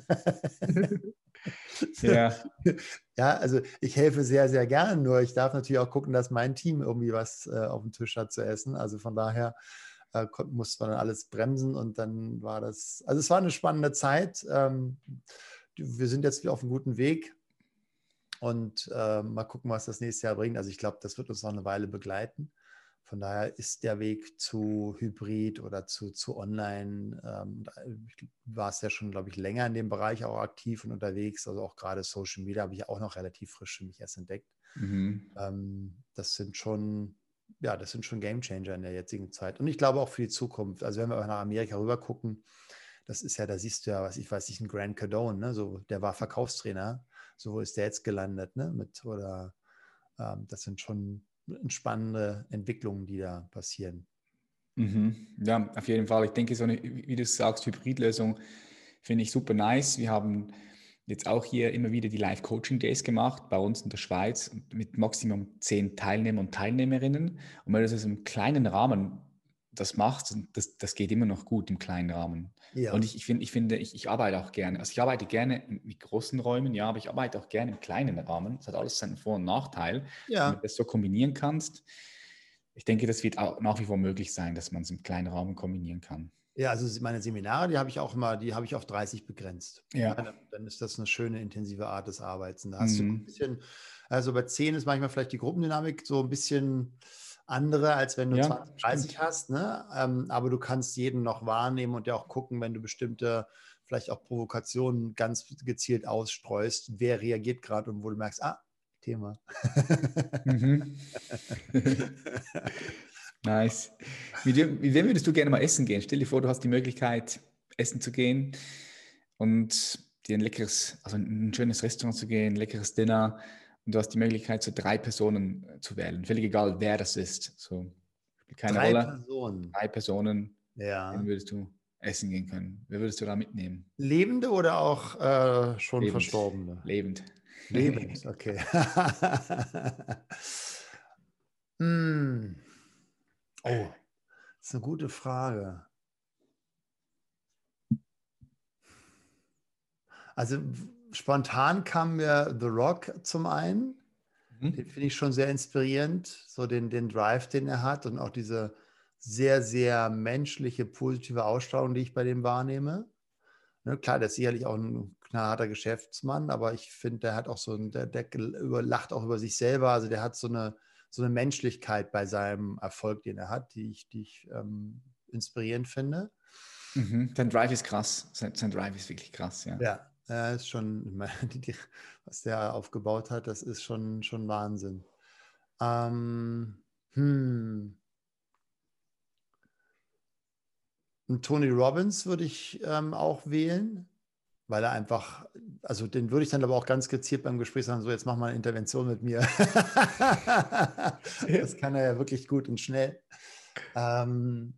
Ja. Ja, also ich helfe sehr, sehr gerne, nur ich darf natürlich auch gucken, dass mein Team irgendwie was äh, auf dem Tisch hat zu essen. Also von daher äh, musste man dann alles bremsen und dann war das, also es war eine spannende Zeit. Ähm, wir sind jetzt wieder auf einem guten Weg und äh, mal gucken, was das nächste Jahr bringt. Also ich glaube, das wird uns noch eine Weile begleiten. Von daher ist der Weg zu Hybrid oder zu, zu Online, ähm, ich war es ja schon, glaube ich, länger in dem Bereich auch aktiv und unterwegs. Also auch gerade Social Media habe ich auch noch relativ frisch für mich erst entdeckt. Mhm. Ähm, das sind schon, ja, das sind schon Gamechanger in der jetzigen Zeit. Und ich glaube auch für die Zukunft. Also wenn wir auch nach Amerika rüber gucken, das ist ja, da siehst du ja, was ich weiß nicht, ein Grant Cardone, ne? So, der war Verkaufstrainer. So ist der jetzt gelandet, ne? Mit, oder ähm, das sind schon spannende Entwicklungen, die da passieren. Mhm. Ja, auf jeden Fall. Ich denke, so eine, wie du sagst, Hybridlösung finde ich super nice. Wir haben jetzt auch hier immer wieder die Live-Coaching-Days gemacht, bei uns in der Schweiz, mit Maximum zehn Teilnehmer und Teilnehmerinnen. Und wenn du das im kleinen Rahmen das machst, das, das geht immer noch gut im kleinen Rahmen. Ja. Und ich, ich, find, ich finde, ich, ich arbeite auch gerne, also ich arbeite gerne mit großen Räumen, ja, aber ich arbeite auch gerne im kleinen Rahmen. Das hat alles seinen Vor- und Nachteil. Ja. Wenn du das so kombinieren kannst, ich denke, das wird auch nach wie vor möglich sein, dass man es im kleinen Rahmen kombinieren kann. Ja, also meine Seminare, die habe ich auch immer, die habe ich auf dreißig begrenzt. Ja, Ja. dann, dann ist das eine schöne, intensive Art des Arbeits. Und da hast du ein Mhm. bisschen, also bei zehn ist manchmal vielleicht die Gruppendynamik so ein bisschen andere, als wenn du Ja, zwanzig, dreißig stimmt. hast, ne? Ähm, aber du kannst jeden noch wahrnehmen und ja auch gucken, wenn du bestimmte, vielleicht auch Provokationen ganz gezielt ausstreust, wer reagiert gerade und wo du merkst, ah, Thema. Mhm. Nice. Mit wem, mit wem würdest du gerne mal essen gehen? Stell dir vor, du hast die Möglichkeit, essen zu gehen und dir ein leckeres, also ein schönes Restaurant zu gehen, ein leckeres Dinner und du hast die Möglichkeit, so drei Personen äh, zu wählen. Völlig egal, wer das ist. So, spielt keine Drei Rolle. Personen. Drei Personen, denen Ja. würdest du essen gehen können. Wer würdest du da mitnehmen? Lebende oder auch äh, schon Lebend. Verstorbene? Lebend. Lebend, okay. Hm. Oh, das ist eine gute Frage. Also w- spontan kam mir The Rock zum einen. Den Mhm. finde ich schon sehr inspirierend, so den, den Drive, den er hat und auch diese sehr, sehr menschliche, positive Ausstrahlung, die ich bei dem wahrnehme. Ne, klar, der ist sicherlich auch ein knallharter Geschäftsmann, aber ich finde, der hat auch so ein, der, der über, lacht auch über sich selber. Also der hat so eine, so eine Menschlichkeit bei seinem Erfolg, den er hat, die ich, die ich ähm, inspirierend finde. Mhm. Sein Drive ist krass. Sein, sein Drive ist wirklich krass, ja. Ja, er ist schon, ich meine, die, die, was der aufgebaut hat, das ist schon, schon Wahnsinn. Ähm, hm. Und Tony Robbins würde ich ähm, auch wählen, weil er einfach, also den würde ich dann aber auch ganz gezielt beim Gespräch sagen, so jetzt mach mal eine Intervention mit mir. Das kann er ja wirklich gut und schnell. Ähm,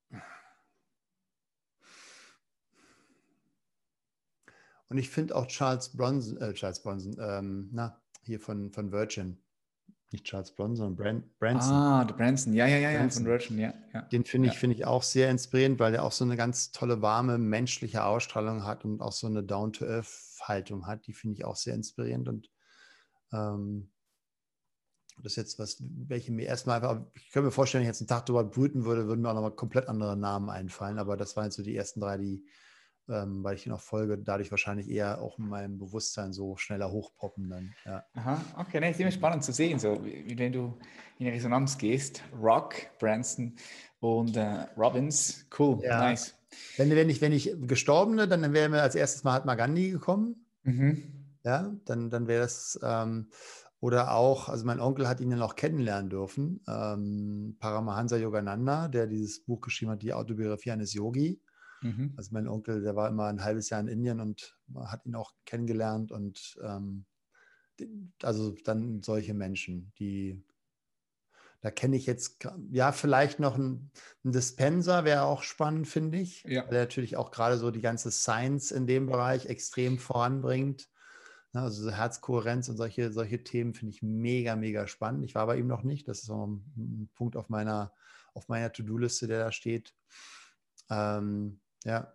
und ich finde auch Charles Bronson, äh, Charles Bronson, ähm, na, hier von, von Virgin, nicht Charles Bronson, sondern Brand, Branson. Ah, der Branson. Ja, ja, ja, ja, von Branson. Virgin, ja, ja, Den finde ja. ich, finde ich auch sehr inspirierend, weil er auch so eine ganz tolle, warme, menschliche Ausstrahlung hat und auch so eine Down-to-Earth-Haltung hat. Die finde ich auch sehr inspirierend. Und ähm, das ist jetzt was, welche mir erstmal einfach, ich könnte mir vorstellen, wenn ich jetzt einen Tag drüber brüten würde, würden mir auch nochmal komplett andere Namen einfallen. Aber das waren jetzt so die ersten drei, die, ähm, weil ich ihn auch folge, dadurch wahrscheinlich eher auch in meinem Bewusstsein so schneller hochpoppen dann. Ja. Aha, okay, ne, ist immer spannend zu sehen, so wie, wie wenn du in Resonanz gehst. Rock, Branson und äh, Robbins, cool, Ja, nice. Wenn, wenn, ich, wenn ich Gestorbene, dann wäre mir als erstes Mahatma Gandhi gekommen. Mhm. Ja, dann, dann wäre das, ähm, oder auch, also mein Onkel hat ihn dann auch kennenlernen dürfen, ähm, Paramahansa Yogananda, der dieses Buch geschrieben hat, die Autobiografie eines Yogi. Mhm. Also mein Onkel, der war immer ein halbes Jahr in Indien und hat ihn auch kennengelernt und ähm, also dann solche Menschen, die, da kenne ich jetzt, ja, vielleicht noch einen, einen Dispenser, wäre auch spannend, finde ich, Ja. weil er natürlich auch gerade so die ganze Science in dem Bereich extrem voranbringt. Ne, also so Herzkohärenz und solche, solche Themen finde ich mega, mega spannend. Ich war bei ihm noch nicht. Das ist so ein, ein Punkt auf meiner, auf meiner To-Do-Liste, der da steht. Ähm, ja.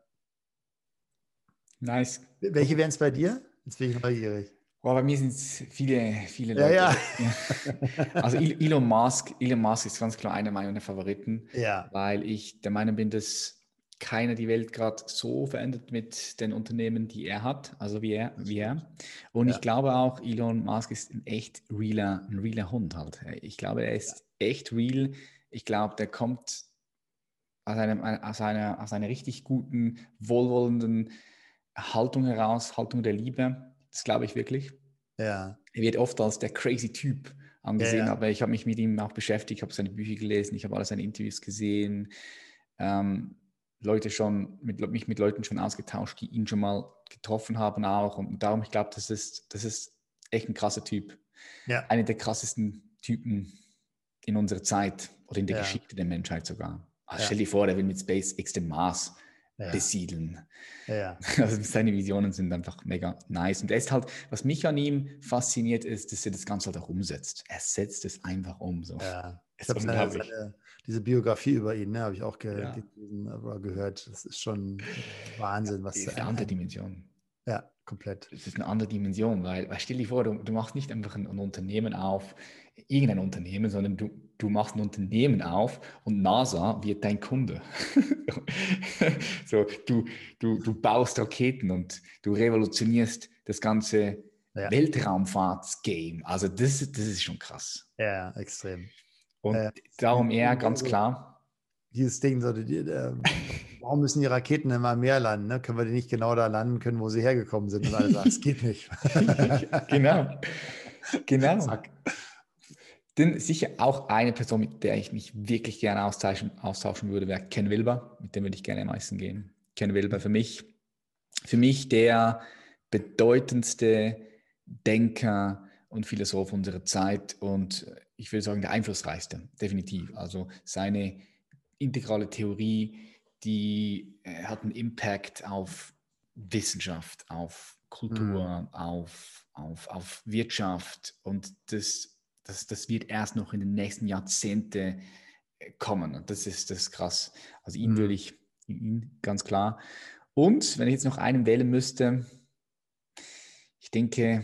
Nice. Welche wären es bei dir? Jetzt bin ich neugierig. Boah, bei mir sind es viele, viele Ja, Leute. ja. Ja. Also El- Elon Musk, Elon Musk ist ganz klar einer meiner Favoriten, Ja. weil ich der Meinung bin, dass keiner die Welt gerade so verändert mit den Unternehmen, die er hat, also wie er, Das wie stimmt. er. Und ich Ja. glaube auch, Elon Musk ist ein echt realer, ein realer Hund halt. Ich glaube, er Ja. ist echt real. Ich glaube, der kommt aus, einem, aus, einer, aus einer richtig guten, wohlwollenden Haltung heraus, Haltung der Liebe. Das glaube ich wirklich. Ja. Er wird oft als der crazy Typ Ja. angesehen, Ja. aber ich habe mich mit ihm auch beschäftigt, ich habe seine Bücher gelesen, ich habe alle seine Interviews gesehen, ähm, Leute schon, mit, mich mit Leuten schon ausgetauscht, die ihn schon mal getroffen haben auch und darum, ich glaube, das ist, das ist echt ein krasser Typ. Ja. Einer der krassesten Typen in unserer Zeit oder in der Ja. Geschichte der Menschheit sogar. Also stell Ja. dir vor, der will mit SpaceX den Mars Ja. besiedeln. Ja. Also seine Visionen sind einfach mega nice. Und er ist halt, was mich an ihm fasziniert, ist, dass er das Ganze halt auch umsetzt. Er setzt es einfach um. So. Ja. Ich Ist habe seine, unglaublich. seine, diese Biografie über ihn, ne, habe ich auch ge Ja. gelesen, aber gehört. Das ist schon Wahnsinn, Die was ist eine ein, andere ein Dimension. ja, komplett. Das ist eine andere Dimension, weil, weil stell dir vor, du, du machst nicht einfach ein, ein Unternehmen auf, irgendein Unternehmen, sondern du, du machst ein Unternehmen auf und NASA wird dein Kunde. So, du, du, du baust Raketen und du revolutionierst das ganze Ja. Weltraumfahrtsgame. Also das, das ist schon krass. Ja, extrem. Und Ja, darum er so, ganz so, klar. dieses Ding, so, die, äh, warum müssen die Raketen immer am Meer landen? Ne? Können wir die nicht genau da landen können, wo sie hergekommen sind? Und alle sagen, es geht nicht. Genau, genau. Zack. Denn sicher auch eine Person, mit der ich mich wirklich gerne austauschen, austauschen würde, wäre Ken Wilber. Mit dem würde ich gerne am meisten gehen. Ken Wilber für mich, für mich der bedeutendste Denker und Philosoph unserer Zeit und ich würde sagen der einflussreichste, definitiv. Also seine integrale Theorie, die äh, hat einen Impact auf Wissenschaft, auf Hm. Kultur, auf, auf, auf Wirtschaft und das das, das wird erst noch in den nächsten Jahrzehnten kommen. Und das ist, das ist krass. Also ihn würde Hm. ich, ihn ganz klar. Und wenn ich jetzt noch einen wählen müsste, ich denke,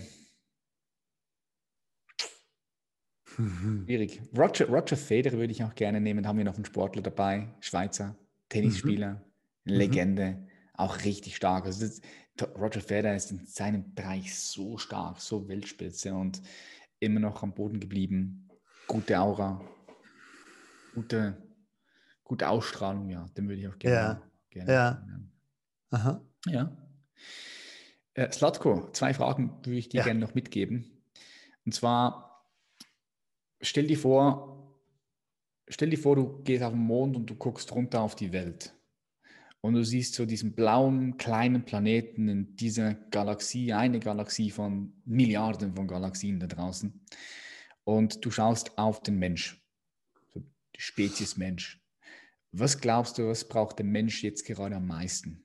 Mhm. schwierig. Roger, Roger Federer würde ich auch gerne nehmen. Da haben wir noch einen Sportler dabei, Schweizer, Mhm. Tennisspieler, eine Mhm. Legende, auch richtig stark. Also das, Roger Federer ist in seinem Bereich so stark, so Weltspitze und immer noch am Boden geblieben. Gute Aura, gute, gute Ausstrahlung, ja. Den würde ich auch gerne, Ja, gerne ja, kennenlernen. aha, Ja. Äh, Slatko, zwei Fragen würde ich dir ja. gerne noch mitgeben. Und zwar, stell dir vor, stell dir vor, du gehst auf den Mond und du guckst runter auf die Welt. Und du siehst so diesen blauen, kleinen Planeten in dieser Galaxie, eine Galaxie von Milliarden von Galaxien da draußen. Und du schaust auf den Mensch, so die Spezies Mensch. Was glaubst du, was braucht der Mensch jetzt gerade am meisten?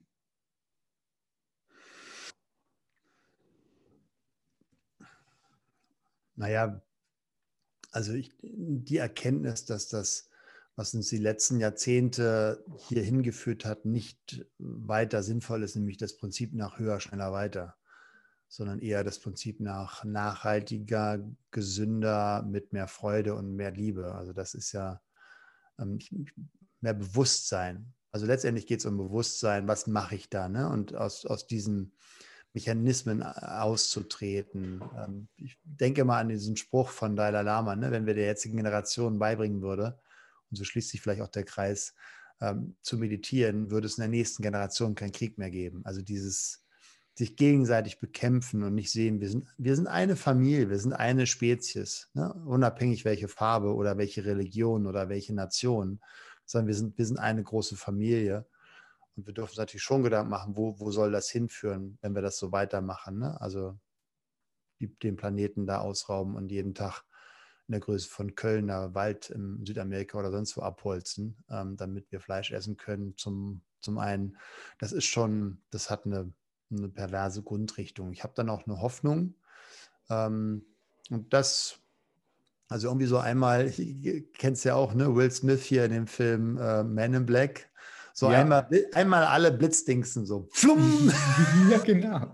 Naja, also ich, die Erkenntnis, dass das, was uns die letzten Jahrzehnte hier hingeführt hat, nicht weiter sinnvoll ist, nämlich das Prinzip nach höher, schneller, weiter, sondern eher das Prinzip nach nachhaltiger, gesünder, mit mehr Freude und mehr Liebe. Also das ist ja ähm, mehr Bewusstsein. Also letztendlich geht es um Bewusstsein, was mache ich da, ne? Und aus, aus diesen Mechanismen auszutreten. Ähm, ich denke mal an diesen Spruch von Dalai Lama, ne? Wenn wir der jetzigen Generation beibringen würde, und so schließt sich vielleicht auch der Kreis, ähm, zu meditieren, würde es in der nächsten Generation keinen Krieg mehr geben. Also dieses sich gegenseitig bekämpfen und nicht sehen, wir sind, wir sind eine Familie, wir sind eine Spezies, ne? Unabhängig welche Farbe oder welche Religion oder welche Nation, sondern wir sind, wir sind eine große Familie. Und wir dürfen uns natürlich schon Gedanken machen, wo, wo soll das hinführen, wenn wir das so weitermachen, ne? Also die, den Planeten da ausrauben und jeden Tag in der Größe von Kölner Wald in Südamerika oder sonst wo abholzen, ähm, damit wir Fleisch essen können. Zum, zum einen, das ist schon, das hat eine, eine perverse Grundrichtung. Ich habe dann auch eine Hoffnung. Ähm, und das, also irgendwie so einmal, ich kenne es ja auch, ne, Will Smith hier in dem Film äh, Man in Black. So Ja. einmal, einmal alle Blitzdingsen so. Pflumm! Ja, genau.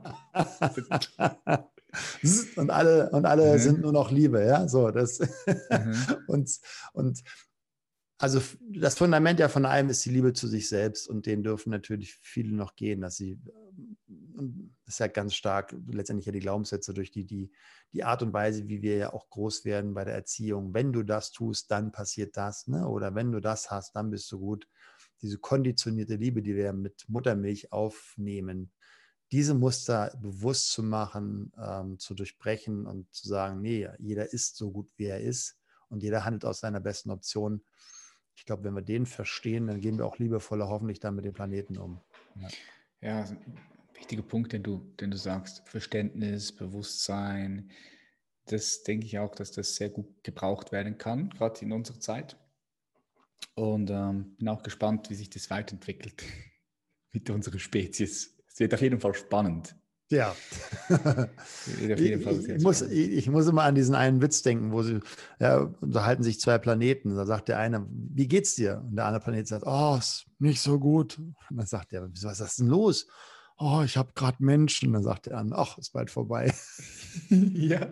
Und alle, und alle Mhm. sind nur noch Liebe, ja, so, das, Mhm. und, und, also das Fundament ja von allem ist die Liebe zu sich selbst und denen dürfen natürlich viele noch gehen, dass sie, das ist ja ganz stark, letztendlich ja die Glaubenssätze durch die, die, die Art und Weise, wie wir ja auch groß werden bei der Erziehung. Wenn du das tust, dann passiert das, ne? Oder wenn du das hast, dann bist du gut. Diese konditionierte Liebe, die wir mit Muttermilch aufnehmen, diese Muster bewusst zu machen, ähm, zu durchbrechen und zu sagen, nee, jeder ist so gut, wie er ist und jeder handelt aus seiner besten Option. Ich glaube, wenn wir den verstehen, dann gehen wir auch liebevoller hoffentlich dann mit dem Planeten um. Ja, ja also ein wichtiger Punkt, den du, den du sagst, Verständnis, Bewusstsein, das denke ich auch, dass das sehr gut gebraucht werden kann, gerade in unserer Zeit. Und ähm, bin auch gespannt, wie sich das weiterentwickelt mit unserer Spezies. Es wird auf jeden Fall spannend. ja. Wird auf ich, jeden Fall ich, sehr muss, spannend. ich, ich muss immer an diesen einen Witz denken, wo sie, ja, unterhalten sich zwei Planeten. Da sagt der eine, wie geht's dir? Und der andere Planet sagt, oh, ist nicht so gut. Und dann sagt der, was ist denn los? Oh, ich habe gerade Menschen. Dann sagt der andere, ach, ist bald vorbei. Ja.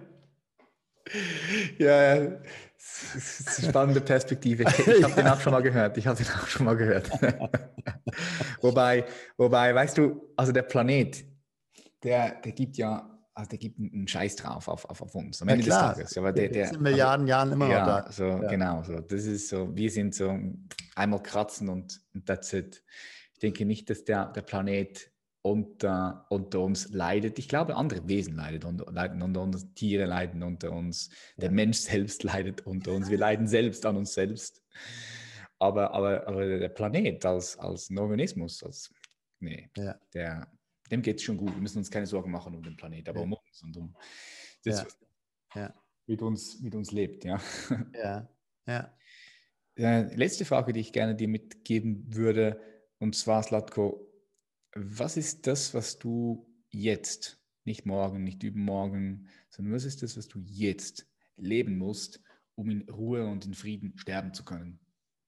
Ja, ja, das ist eine spannende Perspektive. Ich habe den auch schon mal gehört. Ich habe den auch schon mal gehört. wobei, wobei, weißt du, also der Planet, der, der gibt ja, also der gibt einen Scheiß drauf auf, auf, auf uns am Ja Ende des klar, Tages. Aber der der, der ist der, in also Milliarden Jahren immer noch da. ja, so Ja, genau so. Das ist so, wir sind so einmal kratzen und, und that's it. Ich denke nicht, dass der, der Planet unter, unter uns leidet. Ich glaube, andere Wesen leiden unter, leiden unter uns, Tiere leiden unter uns, der ja, Mensch selbst leidet unter uns, wir leiden selbst an uns selbst. Aber, aber, aber der Planet als, als ein Organismus, als, nee, ja, der, dem geht es schon gut. Wir müssen uns keine Sorgen machen um den Planet, aber ja, um uns und um das, ja, was ja, mit uns, mit uns lebt. Ja. ja, ja. Äh, letzte Frage, die ich gerne dir mitgeben würde, und zwar, Zlatko, was ist das, was du jetzt, nicht morgen, nicht übermorgen, sondern was ist das, was du jetzt leben musst, um in Ruhe und in Frieden sterben zu können?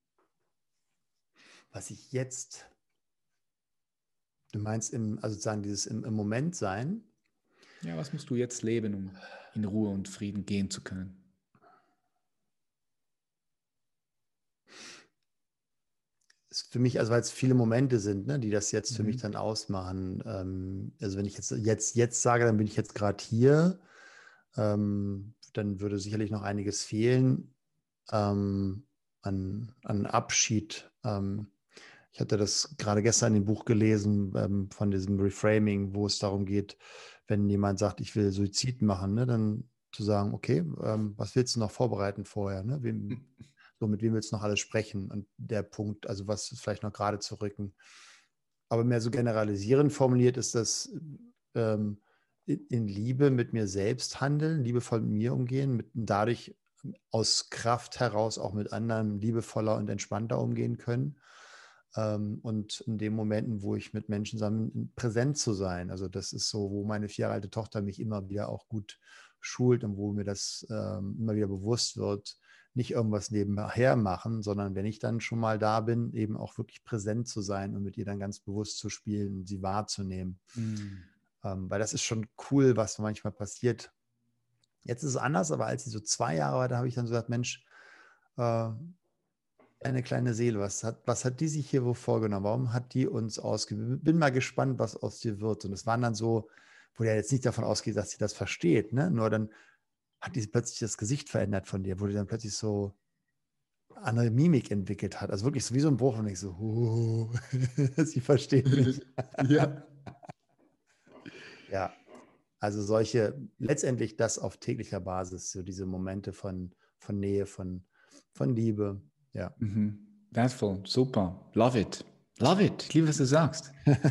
Was ich jetzt, du meinst, im, also sozusagen dieses im, im Moment sein, Ja, was musst du jetzt leben, um in Ruhe und Frieden gehen zu können? ist für mich, also weil es viele Momente sind, ne, die das jetzt für mich Mhm. dann ausmachen. Ähm, also wenn ich jetzt, jetzt, jetzt sage, dann bin ich jetzt gerade hier, ähm, dann würde sicherlich noch einiges fehlen ähm, an, an Abschied. Ähm, ich hatte das gerade gestern in dem Buch gelesen ähm, von diesem Reframing, wo es darum geht, wenn jemand sagt, ich will Suizid machen, ne, dann zu sagen, okay, ähm, was willst du noch vorbereiten vorher? Ne? Wem, so, mit wem willst du noch alles sprechen? Und der Punkt, also was vielleicht noch gerade zu rücken. Aber mehr so generalisierend formuliert ist das ähm, in, in Liebe mit mir selbst handeln, liebevoll mit mir umgehen, mit, dadurch aus Kraft heraus auch mit anderen liebevoller und entspannter umgehen können. Ähm, und in den Momenten, wo ich mit Menschen zusammen präsent zu sein. Also das ist so, wo meine vier Jahre alte Tochter mich immer wieder auch gut schult und wo mir das ähm, immer wieder bewusst wird, nicht irgendwas nebenher machen, sondern wenn ich dann schon mal da bin, eben auch wirklich präsent zu sein und mit ihr dann ganz bewusst zu spielen und sie wahrzunehmen. Mhm. Ähm, weil das ist schon cool, was manchmal passiert. Jetzt ist es anders, aber als sie so zwei Jahre war, da habe ich dann so gesagt, Mensch, äh, eine kleine Seele, was hat, was hat die sich hier wo vorgenommen? Warum hat die uns ausgewählt? Bin mal gespannt, was aus dir wird. Und es waren dann so, wo der jetzt nicht davon ausgeht, dass sie das versteht, ne? Nur dann hat die plötzlich das Gesicht verändert von dir, wo die dann plötzlich so andere Mimik entwickelt hat. Also wirklich so wie so ein Bruch und ich so, uh, sie verstehen mich. Ja. Ja, also solche, letztendlich das auf täglicher Basis, so diese Momente von, von Nähe, von, von Liebe. Ja. Mhm. Wertvoll, super. Love it. Love it. Ich liebe, was du sagst.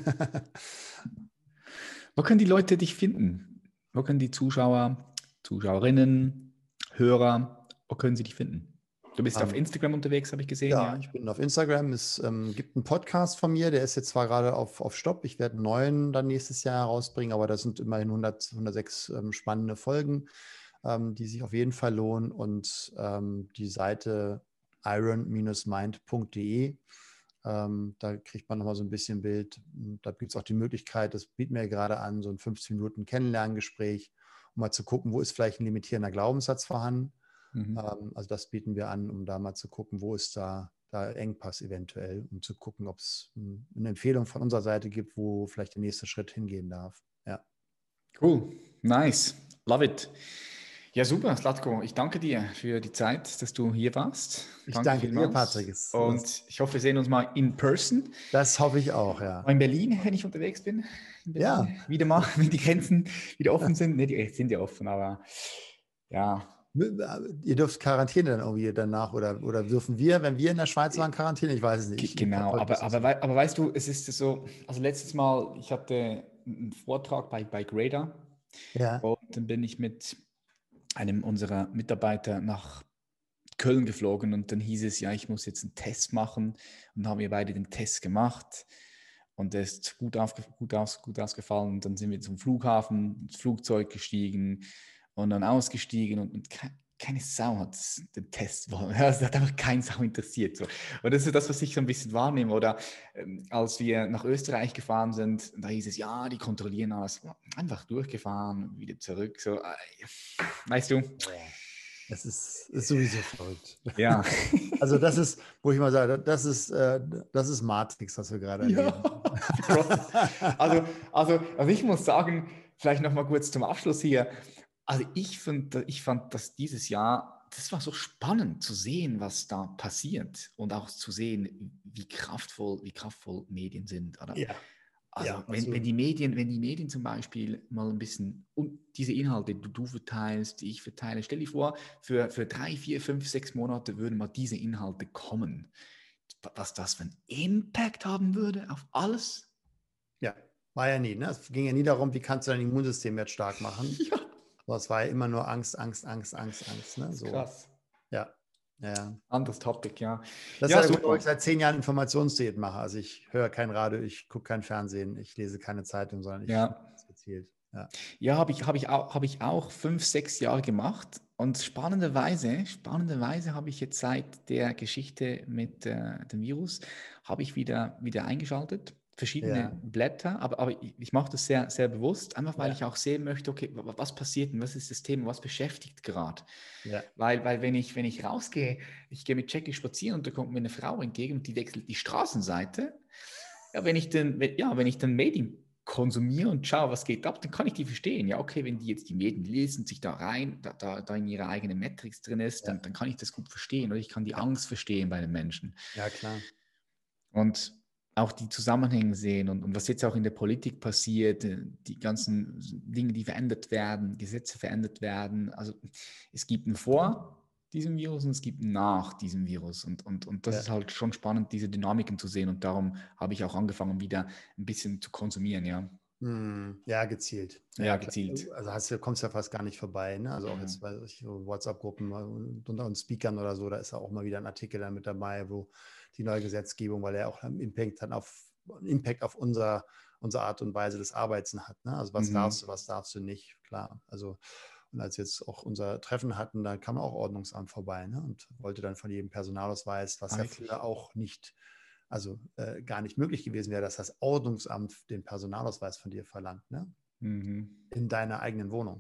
Wo können die Leute dich finden? Wo können die Zuschauer, Zuschauerinnen, Hörer, wo können sie dich finden? Du bist auf Ähm, Instagram unterwegs, habe ich gesehen, Ja, ja? ich bin auf Instagram. Es ähm, gibt einen Podcast von mir, der ist jetzt zwar gerade auf, auf Stopp. Ich werde einen neuen dann nächstes Jahr herausbringen, aber das sind immerhin hundert, hundertsechs ähm, spannende Folgen, ähm, die sich auf jeden Fall lohnen. Und ähm, die Seite iron mind punkt de, ähm, da kriegt man nochmal so ein bisschen Bild. Und da gibt es auch die Möglichkeit, das bieten wir gerade an, so ein fünfzehn Minuten Kennenlerngespräch, um mal zu gucken, wo ist vielleicht ein limitierender Glaubenssatz vorhanden. Mhm. Ähm, also das bieten wir an, um da mal zu gucken, wo ist da, da Engpass eventuell, um zu gucken, ob es hm, eine Empfehlung von unserer Seite gibt, wo vielleicht der nächste Schritt hingehen darf. Ja. Cool, nice, love it. Ja, super, Slatko. Ich danke dir für die Zeit, dass du hier warst. Ich Danke danke dir, vielmals. Patrick. Es- Das, Und ich hoffe, wir sehen uns mal in person. das hoffe ich auch, Mal ja. in Berlin, wenn ich unterwegs bin. In Berlin. Ja, Wieder mal, wenn die Grenzen wieder offen sind. Ne, die sind ja offen, aber ja. ihr dürft Quarantäne dann irgendwie danach oder, oder dürfen wir, wenn wir in der Schweiz waren, Quarantäne? Ich weiß es nicht. Ge- Ich Genau, verfolge aber, das nicht aber, so. wei- aber weißt du, es ist so, also letztes Mal, ich hatte einen Vortrag bei, bei Grada Ja, und dann bin ich mit einem unserer Mitarbeiter nach Köln geflogen und dann hieß es, ja, ich muss jetzt einen Test machen und dann haben wir beide den Test gemacht und der ist gut, aufge gut, aus gut ausgefallen und dann sind wir zum Flughafen, ins Flugzeug gestiegen und dann ausgestiegen und, und ke keine Sau hat den Test, also hat einfach kein Sau interessiert. So. Und das ist das, was ich so ein bisschen wahrnehme. Oder ähm, als wir nach Österreich gefahren sind, da hieß es, ja, die kontrollieren alles. Einfach durchgefahren, wieder zurück. So, äh, weißt du? ja. Es ist, ist sowieso verrückt. Ja. Also das ist, wo ich mal sage, das ist, äh, das ist Matrix, was wir gerade erleben. Ja, krass. Also, also, also ich muss sagen, vielleicht noch mal kurz zum Abschluss hier. Also ich, find, ich fand das dieses Jahr, das war so spannend zu sehen, was da passiert und auch zu sehen, wie kraftvoll, wie kraftvoll Medien sind. Oder? Ja, Also ja, wenn, also wenn, die Medien, wenn die Medien zum Beispiel mal ein bisschen und diese Inhalte, die du verteilst, die ich verteile, stell dir vor, für, für drei, vier, fünf, sechs Monate würden mal diese Inhalte kommen. Was das für einen Impact haben würde auf alles. ja, war ja nie. Ne? Es ging ja nie darum, wie kannst du dein Immunsystem jetzt stark machen. Ja, Das war ja immer nur Angst, Angst, Angst, Angst, Angst. Ne? das ist So, krass. ja, ja. Anderes Topic, ja. Das ist Ja, ja der Grund, warum ich super. seit zehn Jahren Informationsdiät mache. Also ich höre kein Radio, ich gucke kein Fernsehen, ich lese keine Zeitung, sondern ich mache Ja, das gezielt. Ja, ja habe ich, hab ich, auch, hab ich auch fünf, sechs Jahre gemacht. Und spannenderweise, spannenderweise habe ich jetzt seit der Geschichte mit äh, dem Virus, habe ich wieder, wieder eingeschaltet. Verschiedene ja, Blätter, aber, aber ich, ich mache das sehr, sehr bewusst, einfach weil ja, ich auch sehen möchte, okay, was passiert denn, was ist das Thema, was beschäftigt gerade? ja, Weil, weil wenn ich, wenn ich rausgehe, ich gehe mit Jackie spazieren und da kommt mir eine Frau entgegen und die wechselt die Straßenseite. Ja, wenn ich dann, wenn, ja, wenn ich dann Medien konsumiere und schaue, was geht ab, dann kann ich die verstehen. Ja, okay, wenn die jetzt die Medien lesen, sich da rein, da, da, da in ihrer eigenen Matrix drin ist, ja, dann, dann kann ich das gut verstehen oder ich kann die ja, Angst verstehen bei den Menschen. ja, klar. Und auch die Zusammenhänge sehen und, und was jetzt auch in der Politik passiert, äh, die ganzen Dinge, die verändert werden, Gesetze verändert werden. Also es gibt ein Vor diesem Virus und es gibt ein Nach diesem Virus. Und, und, und das Ja. ist halt schon spannend, diese Dynamiken zu sehen. Und darum habe ich auch angefangen, wieder ein bisschen zu konsumieren, ja. Hm, ja, gezielt. Ja, Ja, ja, klar. gezielt. Also hast du, kommst ja fast gar nicht vorbei. Ne? Also auch Ja. jetzt bei so WhatsApp-Gruppen und, und, und Speakern oder so, da ist ja auch mal wieder ein Artikel dann mit dabei, wo die neue Gesetzgebung, weil er auch einen Impact dann auf einen Impact auf unser, unsere Art und Weise des Arbeitens hat. Ne? Also was Mhm. darfst du, was darfst du nicht, klar. Also und als wir jetzt auch unser Treffen hatten, da kam auch Ordnungsamt vorbei, ne? Und wollte dann von jedem Personalausweis, was Ah, ja wirklich? früher auch nicht, also äh, gar nicht möglich gewesen wäre, dass das Ordnungsamt den Personalausweis von dir verlangt, ne? Mhm. In deiner eigenen Wohnung.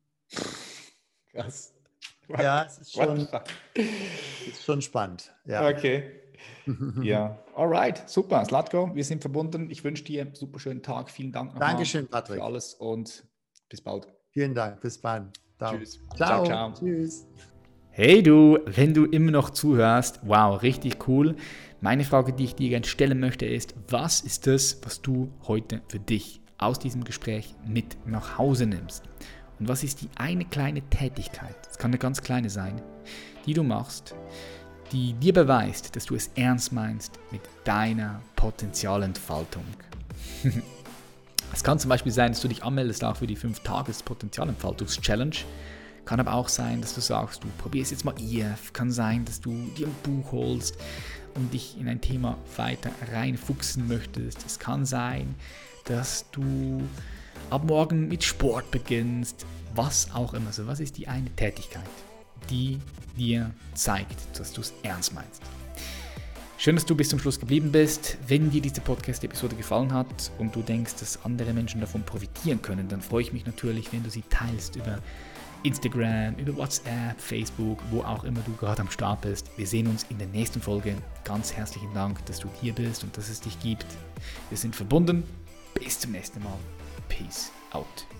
Krass. Ja, es ist What the schon, fuck? ist schon spannend. Ja. Okay. Ja, alright, super. Slatko, wir sind verbunden. Ich wünsche dir einen super schönen Tag. Vielen Dank nochmal Dankeschön, für Patrick. alles und bis bald. Vielen Dank. Bis bald. Ciao. Tschüss. Ciao, Ciao. ciao. Tschüss. Hey du, wenn du immer noch zuhörst, wow, richtig cool. Meine Frage, die ich dir gerne stellen möchte, ist, was ist das, was du heute für dich aus diesem Gespräch mit nach Hause nimmst? Und was ist die eine kleine Tätigkeit, das kann eine ganz kleine sein, die du machst, die dir beweist, dass du es ernst meinst mit deiner Potenzialentfaltung? Es kann zum Beispiel sein, dass du dich anmeldest auch für die fünf Tages Potenzialentfaltungs-Challenge. Kann aber auch sein, dass du sagst, du probierst jetzt mal I F. Kann sein, dass du dir ein Buch holst und dich in ein Thema weiter reinfuchsen möchtest. Es kann sein, dass du ab morgen mit Sport beginnst. Was auch immer. Also was ist die eine Tätigkeit, die dir zeigt, dass du es ernst meinst? Schön, dass du bis zum Schluss geblieben bist. Wenn dir diese Podcast-Episode gefallen hat und du denkst, dass andere Menschen davon profitieren können, dann freue ich mich natürlich, wenn du sie teilst über Instagram, über WhatsApp, Facebook, wo auch immer du gerade am Start bist. Wir sehen uns in der nächsten Folge. Ganz herzlichen Dank, dass du hier bist und dass es dich gibt. Wir sind verbunden. Bis zum nächsten Mal. Peace out.